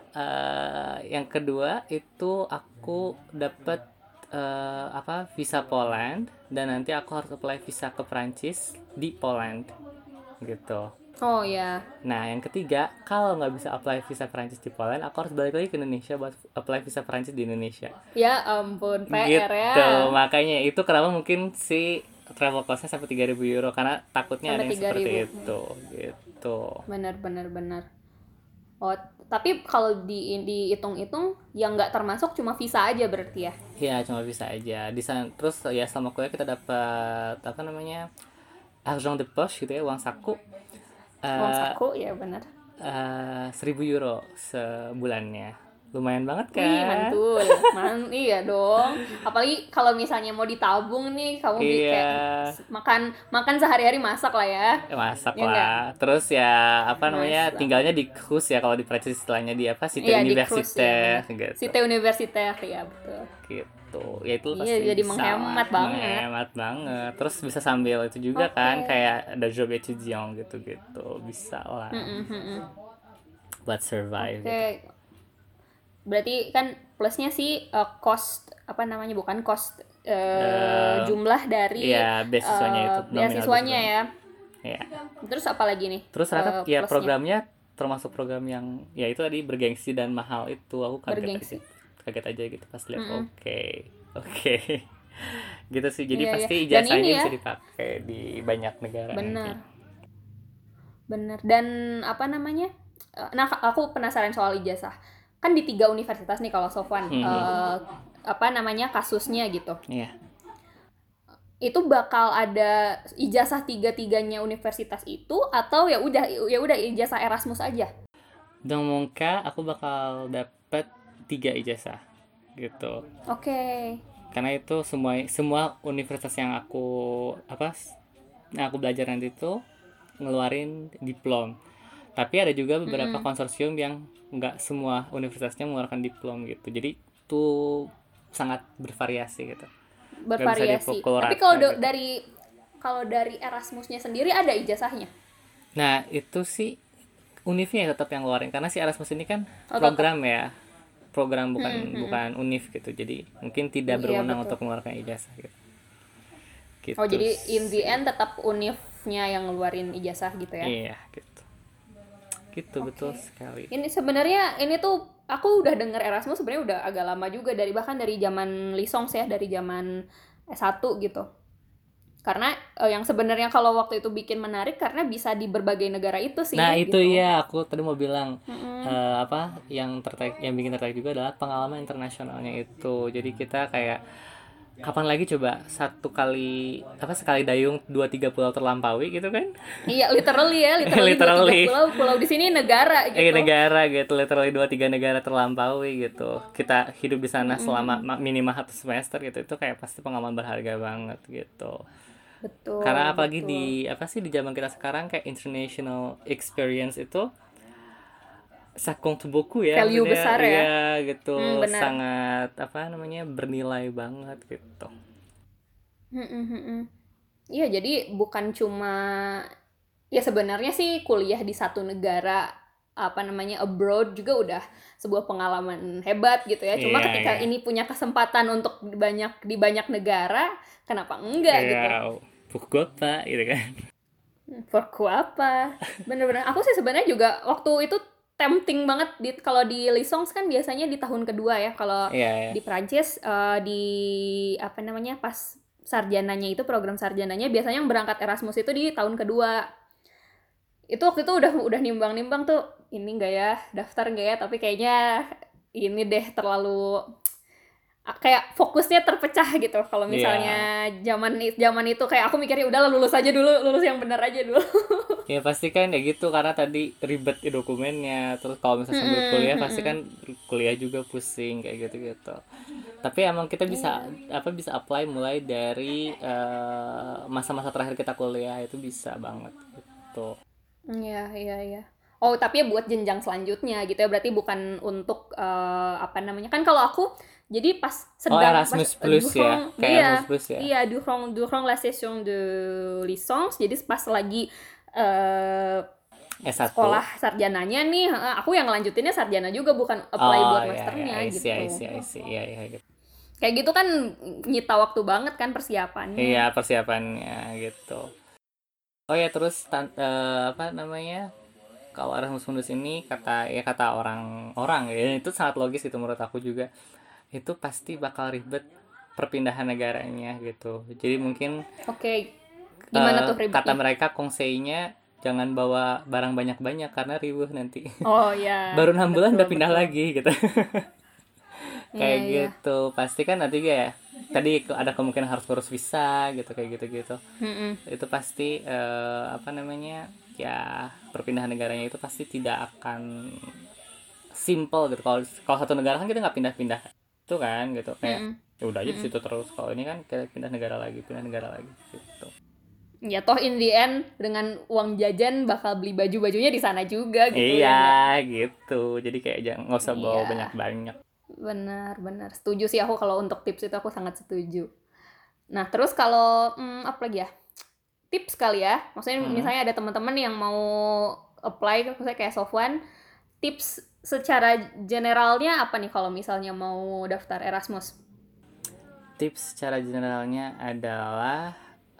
B: Uh, yang kedua itu aku dapat uh, apa visa Poland, dan nanti aku harus apply visa ke Prancis di Poland gitu.
A: Oh ya.
B: Nah yang ketiga, kalau nggak bisa apply visa Prancis di Poland, aku harus balik lagi ke Indonesia buat apply visa Prancis di Indonesia.
A: Ya ampun, P R
B: gitu,
A: ya.
B: Makanya itu kenapa mungkin si travel costnya sampai tiga ribu euro, karena takutnya
A: Sampai
B: ada yang seperti
A: tiga ribu.
B: itu gitu.
A: Benar benar benar. Oh, tapi kalau di dihitung-hitung yang nggak termasuk cuma visa aja berarti ya?
B: Iya, cuma visa aja. Di sana terus ya selama kuliah kita dapat apa namanya? argent de poche gitu ya, uang saku. Uh,
A: uang saku ya benar.
B: Uh, seribu euro sebulannya. Lumayan banget kan?
A: Wih, mantul. Man, iya dong. Apalagi kalau misalnya mau ditabung nih, kamu
B: iya.
A: kayak makan makan sehari-hari masak lah ya.
B: Ya, masak
A: ya
B: lah. Enggak? Terus ya apa namanya? Masak. Tinggalnya di cruise ya, kalau di Prancis istilahnya di apa? Cité
A: iya,
B: universitaire
A: ya,
B: gitu.
A: Cité universitaire ya, betul.
B: Gitu. Ya itu
A: iya,
B: pasti
A: jadi
B: bisa
A: menghemat
B: lah.
A: banget.
B: Menghemat banget. Terus bisa sambil itu juga okay. kan, kayak ada job étudiant gitu-gitu. Bisa lah.
A: Mm-mm.
B: Buat survive
A: okay.
B: gitu.
A: Berarti kan plusnya sih uh, cost apa namanya bukan cost uh, uh, jumlah dari
B: iya, beasiswanya uh, itu
A: beasiswanya ya.
B: Ya.
A: Terus apa lagi nih?
B: Terus ternyata uh, ya plusnya. Programnya termasuk program yang ya itu tadi bergengsi dan mahal itu, aku kaget bergengsi. aja. Kaget aja gitu pas lihat. Mm-hmm. Oke. Okay. Oke. Okay. Gitu sih. Jadi yeah, pasti yeah. ijazahnya ya, bisa dipakai di banyak negara.
A: Bener. Nanti. Bener. Dan apa namanya? Nah, aku penasaran soal ijazah. Kan di tiga universitas nih kalau Sofwan hmm. uh, apa namanya kasusnya gitu.
B: Iya. Yeah.
A: Itu bakal ada ijazah tiga-tiganya universitas itu atau ya udah ya udah ijazah Erasmus aja?
B: Dong mungkin aku bakal dapat tiga ijazah gitu.
A: Oke. Okay.
B: Karena itu semua semua universitas yang aku apa yang aku belajar nanti itu ngeluarin diplom. Tapi ada juga beberapa mm-hmm. konsorsium yang nggak semua universitasnya mengeluarkan diplom gitu. Jadi itu sangat bervariasi gitu.
A: Bervariasi. Tapi kalau do- gitu. dari kalau dari Erasmusnya sendiri ada ijazahnya?
B: Nah itu sih univnya tetap yang ngeluarin, karena si Erasmus ini kan oh, program tetap. ya, program bukan hmm, bukan hmm. univ gitu. Jadi mungkin tidak berwenang iya, untuk mengeluarkan ijazah gitu.
A: gitu. Oh jadi in the end tetap univnya yang ngeluarin ijazah gitu ya?
B: Iya gitu. Gitu okay. Betul sekali.
A: Ini sebenarnya ini tuh aku udah denger Erasmus sebenarnya udah agak lama juga, dari bahkan dari zaman Lisongs ya, dari zaman S satu gitu. Karena uh, yang sebenarnya kalau waktu itu bikin menarik karena bisa di berbagai negara itu sih.
B: Nah itu
A: gitu.
B: ya aku tadi mau bilang
A: Mm-mm.
B: uh, apa yang tertarik, yang bikin tertarik juga adalah pengalaman internasionalnya itu. Jadi kita kayak kapan lagi coba satu kali apa sekali dayung dua tiga pulau terlampaui gitu kan?
A: Iya, literally ya, literally dua tiga
B: Literally
A: pulau, pulau di sini negara
B: eh
A: gitu.
B: negara gitu, literally dua tiga negara terlampaui gitu. Kita hidup di sana selama
A: Mm-mm.
B: minimal satu semester gitu, itu kayak pasti pengalaman berharga banget gitu. Karena
A: Betul,
B: apalagi
A: betul.
B: di apa sih di zaman kita sekarang kayak international experience itu sakung buku ya
A: Value
B: maksudnya,
A: besar ya.
B: iya
A: Hmm,
B: gitu,
A: benar.
B: sangat apa namanya bernilai banget gitu.
A: Mm-mm, mm-mm. Iya, jadi bukan cuma ya sebenarnya sih kuliah di satu negara apa namanya abroad juga udah sebuah pengalaman hebat gitu ya. Cuma
B: Iya
A: ketika
B: iya
A: ini punya kesempatan untuk banyak di banyak negara, kenapa enggak
B: iya,
A: gitu?
B: buku kota gitu kan.
A: Forku apa? Bener-bener. Aku sih sebenarnya juga waktu itu tempting banget di kalau di Lisongs kan biasanya di tahun kedua ya. Kalau
B: Iya iya
A: di Prancis eh, di apa namanya pas sarjananya itu program sarjananya biasanya yang berangkat Erasmus itu di tahun kedua. Itu waktu itu udah udah nimbang-nimbang tuh ini enggak ya daftar enggak ya, tapi kayaknya ini deh terlalu kayak fokusnya terpecah gitu. Kalau
B: iya.
A: misalnya zaman zaman itu kayak aku mikirnya udah lulus aja dulu, lulus yang benar aja dulu.
B: Ya pasti kan ya gitu, karena tadi ribet ya dokumennya, terus kalau misalnya sambil
A: Mm-mm,
B: kuliah pasti kan
A: mm-mm.
B: kuliah juga pusing kayak gitu gitu. Tapi emang kita bisa
A: Iya.
B: apa bisa apply mulai dari eh, masa-masa terakhir kita kuliah itu bisa banget gitu.
A: Iya, iya, iya. Oh, tapi ya buat jenjang selanjutnya gitu ya. Berarti bukan untuk eh, apa namanya? Kan kalau aku jadi pas
B: Oh
A: sedang pas
B: Erasmus
A: eh,
B: plus ya,
A: durant
B: kayak Erasmus
A: iya,
B: plus ya.
A: iya durant durant la session de licence. Jadi pas lagi eh,
B: S satu.
A: sekolah sarjananya nih, eh, aku yang ngelanjutinnya sarjana juga bukan apply
B: Oh
A: buat
B: ya ya,
A: masternya
B: I see I
A: gitu.
B: see I see, iya iya gitu.
A: Kayak gitu kan nyita waktu banget kan persiapannya.
B: Iya persiapannya gitu. Oh ya terus tan- eh, apa namanya, kalau Erasmus Mundus ini kata ya kata orang-orang ya itu sangat logis itu menurut aku juga, itu pasti bakal ribet perpindahan negaranya gitu. Jadi mungkin
A: Oke, gimana
B: eh,
A: tuh
B: kata
A: ribetnya?
B: mereka konseinya jangan bawa barang banyak-banyak karena ribuh nanti.
A: Oh ya,
B: Baru enam bulan
A: betul
B: udah pindah
A: betul.
B: lagi gitu.
A: Iya
B: Kayak
A: iya.
B: gitu pasti kan nanti ya, tadi ada kemungkinan harus ngurus visa gitu kayak gitu-gitu.
A: Mm-mm.
B: Itu pasti eh, apa namanya ya, perpindahan negaranya itu pasti tidak akan simple gitu. Kalau kalau satu negara kan kita nggak pindah-pindah itu kan gitu, kayak
A: Mm-mm.
B: ya udah aja di
A: Mm-mm.
B: situ terus. Kalau ini kan kita pindah negara lagi, pindah negara lagi gitu.
A: Ya toh in the end dengan uang jajan bakal beli baju-bajunya di sana juga gitu
B: Iya
A: ya nggak?
B: gitu, jadi kayak jangan, nggak usah bawa
A: Iya,
B: banyak-banyak.
A: benar benar. Setuju sih aku kalau untuk tips itu aku sangat setuju. Nah terus kalau hmm, apa lagi ya? Tips kali ya. Maksudnya
B: Mm-mm.
A: misalnya ada teman-teman yang mau apply, misalnya kayak Sofwan, tips secara generalnya apa nih kalau misalnya mau daftar Erasmus?
B: Tips secara generalnya adalah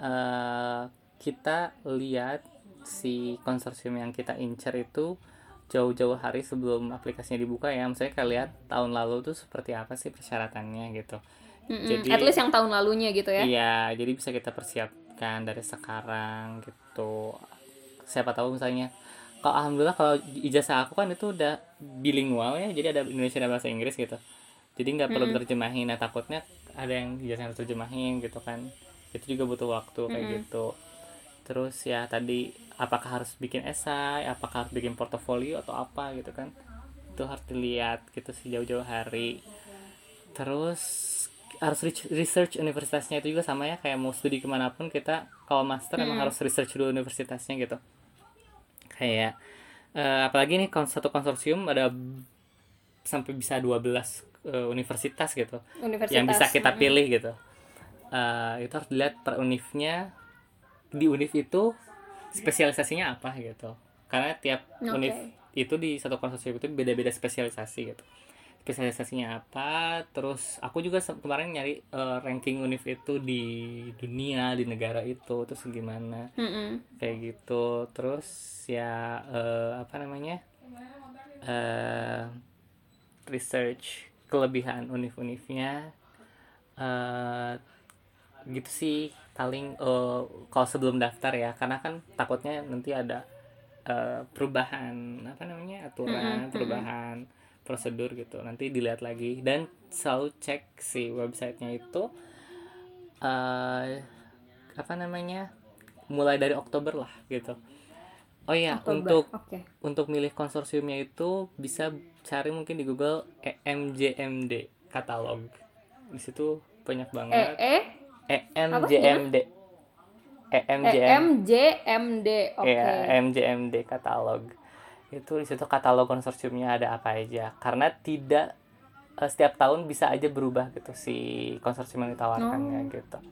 B: eh, kita lihat si konsorsium yang kita incer itu jauh-jauh hari sebelum aplikasinya dibuka ya. Misalnya kayak lihat tahun lalu tuh seperti apa sih persyaratannya gitu.
A: Mm-mm. At
B: Jadi
A: least yang tahun lalunya gitu ya.
B: iya, jadi bisa kita persiapkan dari sekarang gitu. Siapa tahu misalnya, kalau alhamdulillah kalau ijazah aku kan itu udah bilingual ya, jadi ada Indonesia dan bahasa Inggris gitu. Jadi nggak perlu
A: Mm-mm.
B: diterjemahin. Nah takutnya ada yang ijazah harus terjemahin gitu kan. Itu juga butuh waktu kayak
A: Mm-mm.
B: gitu. Terus ya tadi, apakah harus bikin esai, apakah harus bikin portofolio atau apa gitu kan. Itu harus dilihat gitu sih jauh-jauh hari. Terus harus research universitasnya itu juga sama ya, kayak mau studi kemanapun kita kalau master emang
A: Mm-mm.
B: harus research dulu universitasnya gitu. Kayak eh, apalagi nih satu konsorsium ada sampai bisa dua belas eh, universitas gitu yang bisa
A: Universitas.
B: kita
A: Mm-mm.
B: pilih gitu. Eh, itu harus dilihat per univnya, di univ itu spesialisasinya apa gitu, karena tiap
A: Oke.
B: univ
A: Okay.
B: itu di satu konsorsium itu beda-beda spesialisasi gitu. Spesialisasinya apa, terus aku juga kemarin nyari uh, ranking univ itu di dunia, di negara itu terus gimana
A: Mm-mm.
B: kayak gitu. Terus ya uh, apa namanya uh, research kelebihan univ-univnya uh, gitu sih. paling uh, kalau sebelum daftar ya, karena kan takutnya nanti ada uh, perubahan apa namanya aturan,
A: Mm-mm, mm-mm.
B: perubahan prosedur gitu, nanti dilihat lagi. Dan selalu cek si websitenya itu uh, apa namanya mulai dari Oktober lah gitu. Oh iya,
A: Oktober,
B: untuk
A: oke.
B: untuk milih konsorsiumnya itu bisa cari mungkin di Google E M J M D katalog. Di situ banyak
A: E
B: banget.
A: E apa gimana?
B: E M J M D E M J M
A: E M J M D,
B: ya
A: oke.
B: E M J M D katalog. Itu di situ katalog konsorsiumnya ada apa aja. Karena tidak eh, setiap tahun bisa aja berubah gitu si konsorsium yang ditawarkannya
A: Oh.
B: gitu.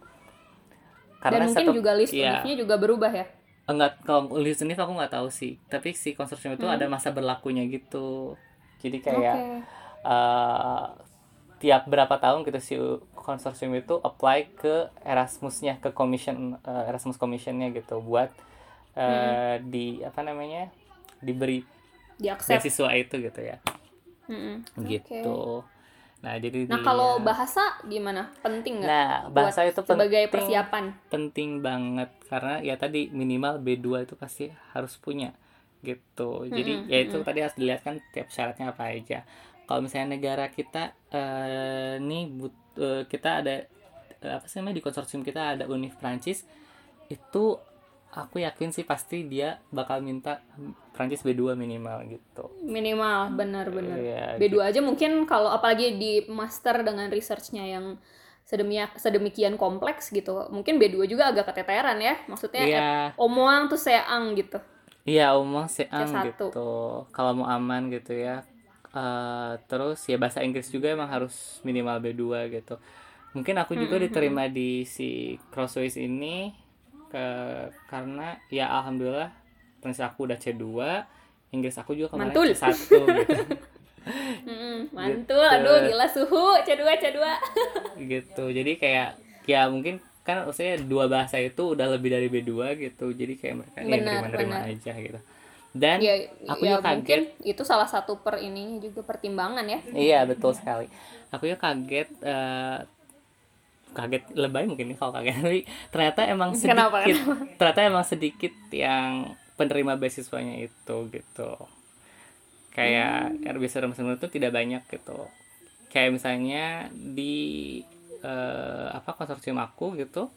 A: Dan
B: Karena
A: mungkin
B: satu
A: juga list
B: ya
A: univnya juga berubah ya.
B: enggak, kalau list univ aku nggak tahu sih, tapi si konsorsium itu ada
A: Hmm?
B: masa berlakunya gitu. Jadi kayak
A: Oke.
B: eh, tiap berapa tahun gitu si konsorsium itu apply ke Erasmusnya, ke commission eh, Erasmus commissionnya gitu, buat
A: Mm-mm.
B: eh, di apa namanya diberi
A: Di accept.
B: beasiswa itu gitu ya,
A: Mm-mm. Oke.
B: gitu. Nah jadi
A: Nah, kalau
B: dia,
A: bahasa gimana? Penting nggak
B: nah
A: buat
B: bahasa itu
A: sebagai
B: penting,
A: persiapan?
B: penting banget karena ya tadi minimal B dua itu pasti harus punya gitu. Jadi
A: Mm-mm,
B: ya itu
A: mm-mm.
B: tadi harus dilihat kan tiap syaratnya apa aja. Kalau misalnya negara kita eh, nih but, eh, kita ada eh, apa sih namanya, di konsorsium kita ada Univ Prancis, itu aku yakin sih pasti dia bakal minta Prancis B dua minimal gitu.
A: Minimal, benar-benar.
B: Ya
A: B
B: gitu.
A: dua aja mungkin kalau apalagi di master dengan researchnya yang sedemia, sedemikian kompleks gitu. Mungkin B dua juga agak keteteran ya. Maksudnya eh,
B: Iya,
A: omoang tuh seang gitu.
B: iya umum seang C
A: C satu.
B: gitu. Kalau mau aman gitu ya. Eh, terus ya bahasa Inggris juga emang harus minimal B dua gitu. Mungkin aku juga
A: Mm-mm, mm-mm.
B: diterima di si Crossways ini ke karena ya alhamdulillah Prancis aku udah C dua, Inggris aku juga kemarin
A: Mantul.
B: C satu gitu.
A: Mm-mm, mantul.
B: Gitu.
A: Aduh, gila suhu. C dua, C dua.
B: Gitu. Jadi kayak ya mungkin kan maksudnya dua bahasa itu udah lebih dari B dua gitu. Jadi kayak mereka ya
A: Benar,
B: nerima-nerima
A: benar.
B: aja gitu. Dan
A: Ya,
B: aku
A: ya
B: juga kaget.
A: mungkin itu salah satu per ininya juga pertimbangan ya.
B: Iya betul sekali. Aku ya kaget, eh, kaget lebay mungkin nih kalau kaget, tapi ternyata emang
A: Kenapa,
B: sedikit,
A: kenapa?
B: ternyata emang sedikit yang penerima beasiswanya itu gitu. Kayak
A: Hmm.
B: R B S itu tidak banyak gitu. Kayak misalnya di eh, apa konsorsium aku gitu,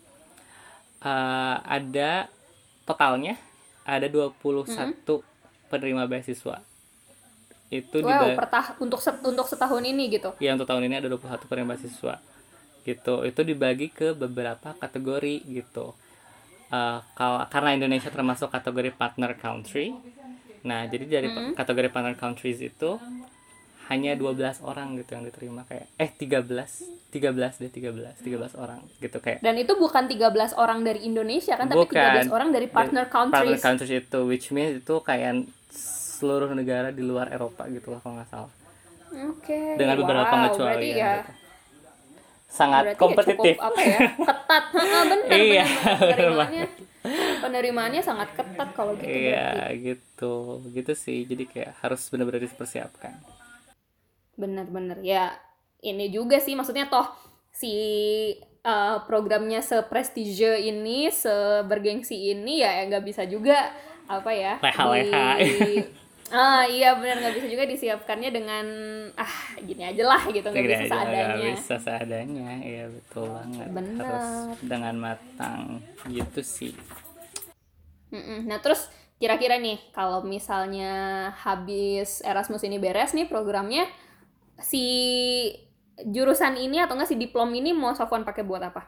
B: eh, ada totalnya ada dua puluh
A: Mm-mm.
B: satu penerima beasiswa. Itu di
A: Wow, per tah- untuk set- untuk setahun ini gitu.
B: ya untuk tahun ini ada dua puluh satu penerima beasiswa gitu. Itu dibagi ke beberapa kategori gitu. Eh, kalau karena Indonesia termasuk kategori partner country, nah jadi dari
A: Mm-mm.
B: kategori partner countries itu hanya dua belas orang gitu yang diterima, kayak eh tiga belas tiga belas deh, tiga belas tiga belas orang gitu, kayak
A: Dan itu bukan tiga belas orang dari Indonesia kan, tapi tiga belas
B: bukan
A: orang dari
B: dari
A: partner
B: partner
A: countries.
B: countries itu, which means itu kayak seluruh negara di luar Eropa gitu lah kalau nggak salah,
A: Oke,
B: dengan beberapa
A: wow, berarti
B: pengecualian
A: ya,
B: gitu. Sangat
A: berarti ya cukup
B: kompetitif.
A: apa ya, ketat. Heeh, bener
B: Iya
A: bener bener
B: bener
A: penerimaannya,
B: banget.
A: penerimaannya sangat ketat kalau gitu berarti.
B: Iya gitu gitu sih, jadi kayak harus benar-benar dipersiapkan.
A: Bener-bener ya, ini juga sih maksudnya toh si uh, programnya seprestige ini, sebergengsi ini ya nggak bisa juga apa ya di
B: Leha-leha.
A: ah iya bener, nggak bisa juga disiapkannya dengan ah gini aja lah gitu, nggak
B: Gini
A: bisa
B: aja nggak
A: seadanya.
B: bisa seadanya, iya betul banget, harus
A: Bener.
B: dengan matang gitu sih.
A: Mm-mm. Nah terus kira-kira nih kalau misalnya habis Erasmus ini beres nih programnya, si jurusan ini atau enggak si diplom ini mau Sofwan pakai buat apa?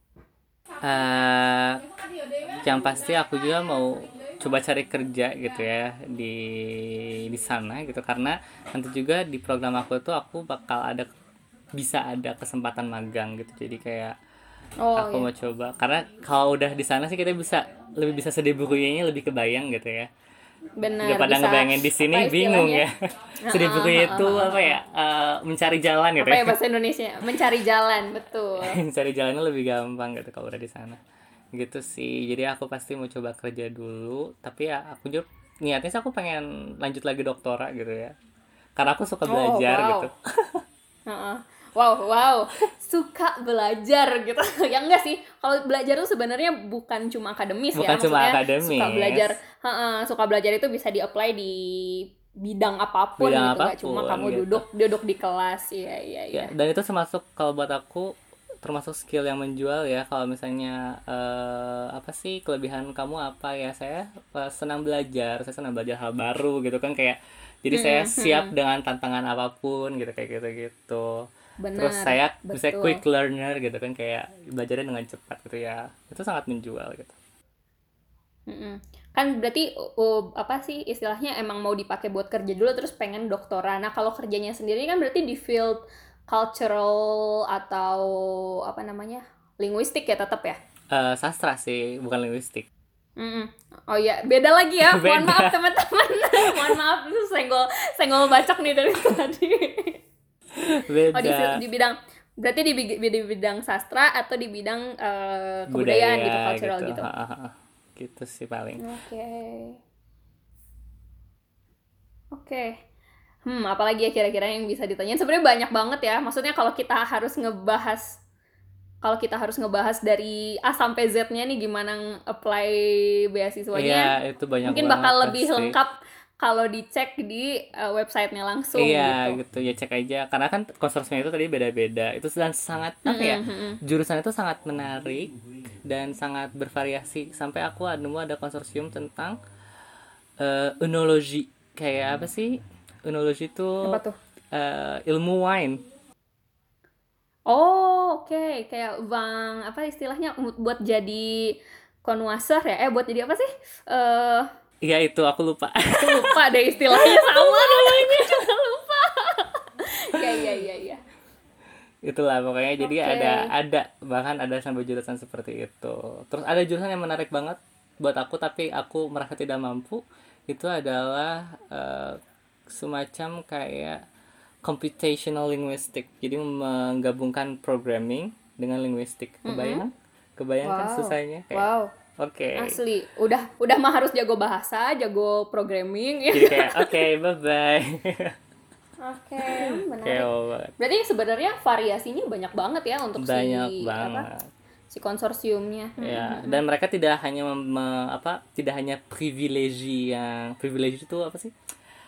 B: Eh, yang pasti aku juga mau coba cari kerja gitu ya di di sana gitu, karena nanti juga di program aku tuh aku bakal ada, bisa ada kesempatan magang gitu, jadi kayak
A: Oh
B: aku
A: ya,
B: mau coba, karena kalau udah di sana sih kita bisa lebih bisa sedih bukunya, lebih kebayang gitu ya,
A: benar
B: daripada
A: bisa
B: ngebayangin di
A: apa
B: sini bingung
A: istilahnya?
B: ya. Sedih
A: Heeh,
B: bukunya
A: heeh,
B: itu
A: heeh,
B: apa
A: heeh.
B: ya, eh, mencari jalan gitu
A: Apa
B: ya.
A: ya bahasa Indonesia? Mencari jalan, betul.
B: Mencari jalannya lebih gampang gitu kalau udah di sana gitu sih. Jadi aku pasti mau coba kerja dulu, tapi ya aku juga niatnya sih aku pengen lanjut lagi doktora gitu ya, karena aku suka
A: Oh
B: belajar gitu.
A: wow. Heeh. Wow, wow, suka belajar gitu. Ya enggak sih, kalau belajar tuh sebenarnya bukan cuma akademis
B: Bukan
A: ya,
B: cuma
A: maksudnya
B: akademis.
A: suka belajar, heeh, suka belajar itu bisa di-apply di bidang apapun
B: Bidang
A: gitu, nggak cuma
B: apapun
A: kamu
B: gitu.
A: duduk duduk di kelas. Iya, iya,
B: Ya,
A: iya.
B: dan itu termasuk kalau buat aku termasuk skill yang menjual ya. Kalau misalnya eh, apa sih kelebihan kamu apa ya, saya eh, senang belajar, saya senang belajar hal baru gitu kan, kayak jadi saya
A: Mm-mm,
B: siap
A: mm-mm.
B: dengan tantangan apapun gitu, kayak gitu gitu. Terus
A: Benar,
B: saya bisa quick
A: betul.
B: learner gitu kan, kayak belajarnya dengan cepat gitu ya, itu sangat menjual gitu.
A: Mm-mm. Kan berarti uh, apa sih istilahnya, emang mau dipakai buat kerja dulu terus pengen doktoran. Nah, kalau kerjanya sendiri kan berarti di field cultural atau apa namanya? Linguistik ya tetap ya?
B: Eh, sastra sih, bukan linguistik.
A: Mm-mm. Oh iya, beda lagi ya. Mohon maaf
B: Beda.
A: teman-teman. Mohon maaf, itu senggol senggol bacak nih dari tadi. Oh, di,
B: Beda.
A: di bidang, berarti di, bi- di bidang sastra atau di bidang eh, kebudayaan gitu,
B: Budaya
A: cultural
B: gitu.
A: gitu.
B: Hahaha. Gitu sih paling.
A: Oke. Oke. Hmm, apalagi ya kira-kira yang bisa ditanyain? Sebenarnya banyak banget ya. Maksudnya kalau kita harus ngebahas kalau kita harus ngebahas dari A sampai Z-nya nih gimana apply
B: Iya,
A: beasiswanya,
B: itu banyak
A: mungkin
B: banget
A: bakal lebih
B: pasti.
A: lengkap kalau dicek di uh, websitenya langsung
B: Iya
A: gitu.
B: gitu ya, cek aja karena kan konsorsiumnya itu tadi beda-beda, itu dan sangat apa ya,
A: Mm-mm, mm-mm.
B: jurusan itu sangat menarik dan sangat bervariasi. Sampai aku nemu ada konsorsium tentang eh, œnologi. Kayak apa sih œnologi itu?
A: Apa tuh?
B: Eh, ilmu wine.
A: Oh, oke. Okay. Kayak bang, apa istilahnya, buat jadi konwasor ya? Eh, buat jadi apa sih? Eh,
B: Iya itu aku lupa.
A: aku lupa deh istilahnya, sama namanya juga lupa. Ya, ya, ya, ya.
B: Itulah pokoknya, jadi
A: Oke.
B: ada ada bahkan ada sampai jurusan seperti itu. Terus ada jurusan yang menarik banget buat aku tapi aku merasa tidak mampu, itu adalah eh, semacam kayak computational linguistic, jadi menggabungkan programming dengan linguistik.
A: Mm-mm.
B: Kebayang kebayang kan
A: Wow.
B: susahnya kayak
A: Wow.
B: oke okay.
A: Asli. Udah udah mah harus jago bahasa, jago programming.
B: Jadi kayak oke okay, bye bye.
A: Oke, menarik.
B: Kayak
A: Berarti sebenarnya variasinya banyak banget ya untuk
B: banyak
A: si
B: banget.
A: apa? Si konsorsiumnya.
B: Ya, dan mereka tidak hanya mem, me- apa, tidak hanya privilegi yang privilegi itu apa sih?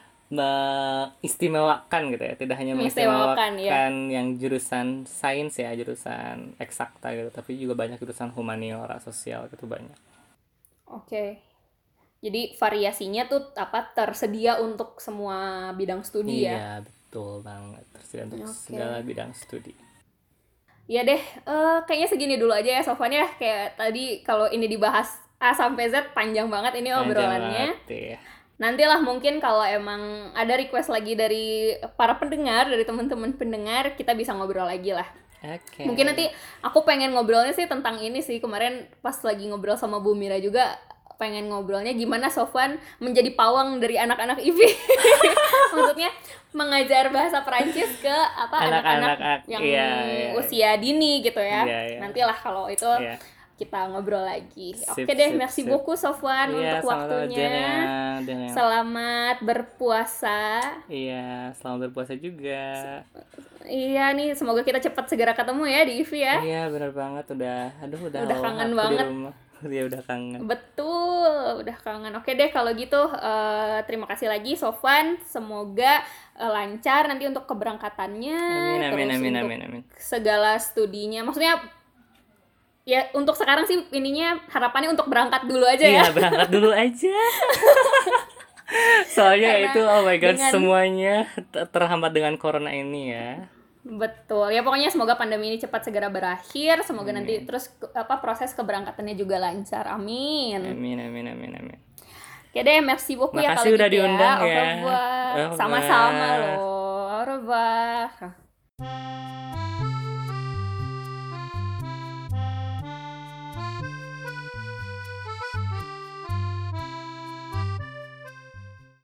B: Mengistimewakan gitu ya, tidak hanya
A: Mengistimewakan ya.
B: mengistimewakan yang jurusan sains ya, jurusan eksakta gitu, tapi juga banyak jurusan humaniora, sosial gitu banyak.
A: Oke. Jadi variasinya tuh apa, tersedia untuk semua bidang studi ya.
B: Iya, betul banget. Tersedia untuk
A: Oke.
B: segala bidang studi.
A: Ya deh, eh, kayaknya segini dulu aja ya Sofwan ya. Kayak tadi kalau ini dibahas A sampai Z panjang banget ini
B: Panjang
A: obrolannya.
B: banget ya.
A: Nantilah mungkin kalau emang ada request lagi dari para pendengar, dari teman-teman pendengar, kita bisa ngobrol lagi lah.
B: Oke.
A: Mungkin nanti aku pengen ngobrolnya sih tentang ini sih. Kemarin pas lagi ngobrol sama Bu Mira juga, pengen ngobrolnya gimana Sofwan menjadi pawang dari anak-anak I V. Maksudnya mengajar bahasa Perancis ke apa
B: Anak-anak,
A: anak-anak yang
B: iya, iya.
A: usia dini gitu ya.
B: Iya, iya.
A: Nantilah kalau itu
B: Iya.
A: kita ngobrol lagi.
B: Sip,
A: Oke deh,
B: sip,
A: merci
B: sip.
A: beaucoup Sofwan
B: Iya,
A: untuk
B: sama-sama,
A: waktunya.
B: Daniel. Daniel.
A: Selamat berpuasa.
B: Iya, selamat berpuasa juga.
A: Iya nih, semoga kita cepat segera ketemu ya di I V ya.
B: Iya, benar banget. Udah, aduh, udah,
A: Udah
B: lama
A: kangen
B: aku
A: banget.
B: di rumah. Dia udah kangen.
A: Betul, udah kangen. Oke deh kalau gitu, eh, terima kasih lagi Sofwan. Semoga eh, lancar nanti untuk keberangkatannya.
B: Amin, amin,
A: terus
B: amin,
A: untuk
B: amin, amin.
A: segala studinya. Maksudnya ya untuk sekarang sih ininya harapannya untuk berangkat dulu aja ya.
B: Iya, berangkat dulu aja. Soalnya
A: Karena
B: itu, oh my god,
A: dengan-
B: semuanya ter- terhambat dengan corona ini ya.
A: Betul. Ya pokoknya semoga pandemi ini cepat segera berakhir. Semoga nanti terus ke- apa proses keberangkatannya juga lancar. Amin.
B: Amin, amin, amin, amin.
A: Oke deh, merci beaucoup ya
B: Makasih
A: kalau
B: udah
A: gitu
B: diundang
A: ya. Au
B: ya.
A: revoir.
B: Au revoir.
A: Sama-sama loh. Au revoir.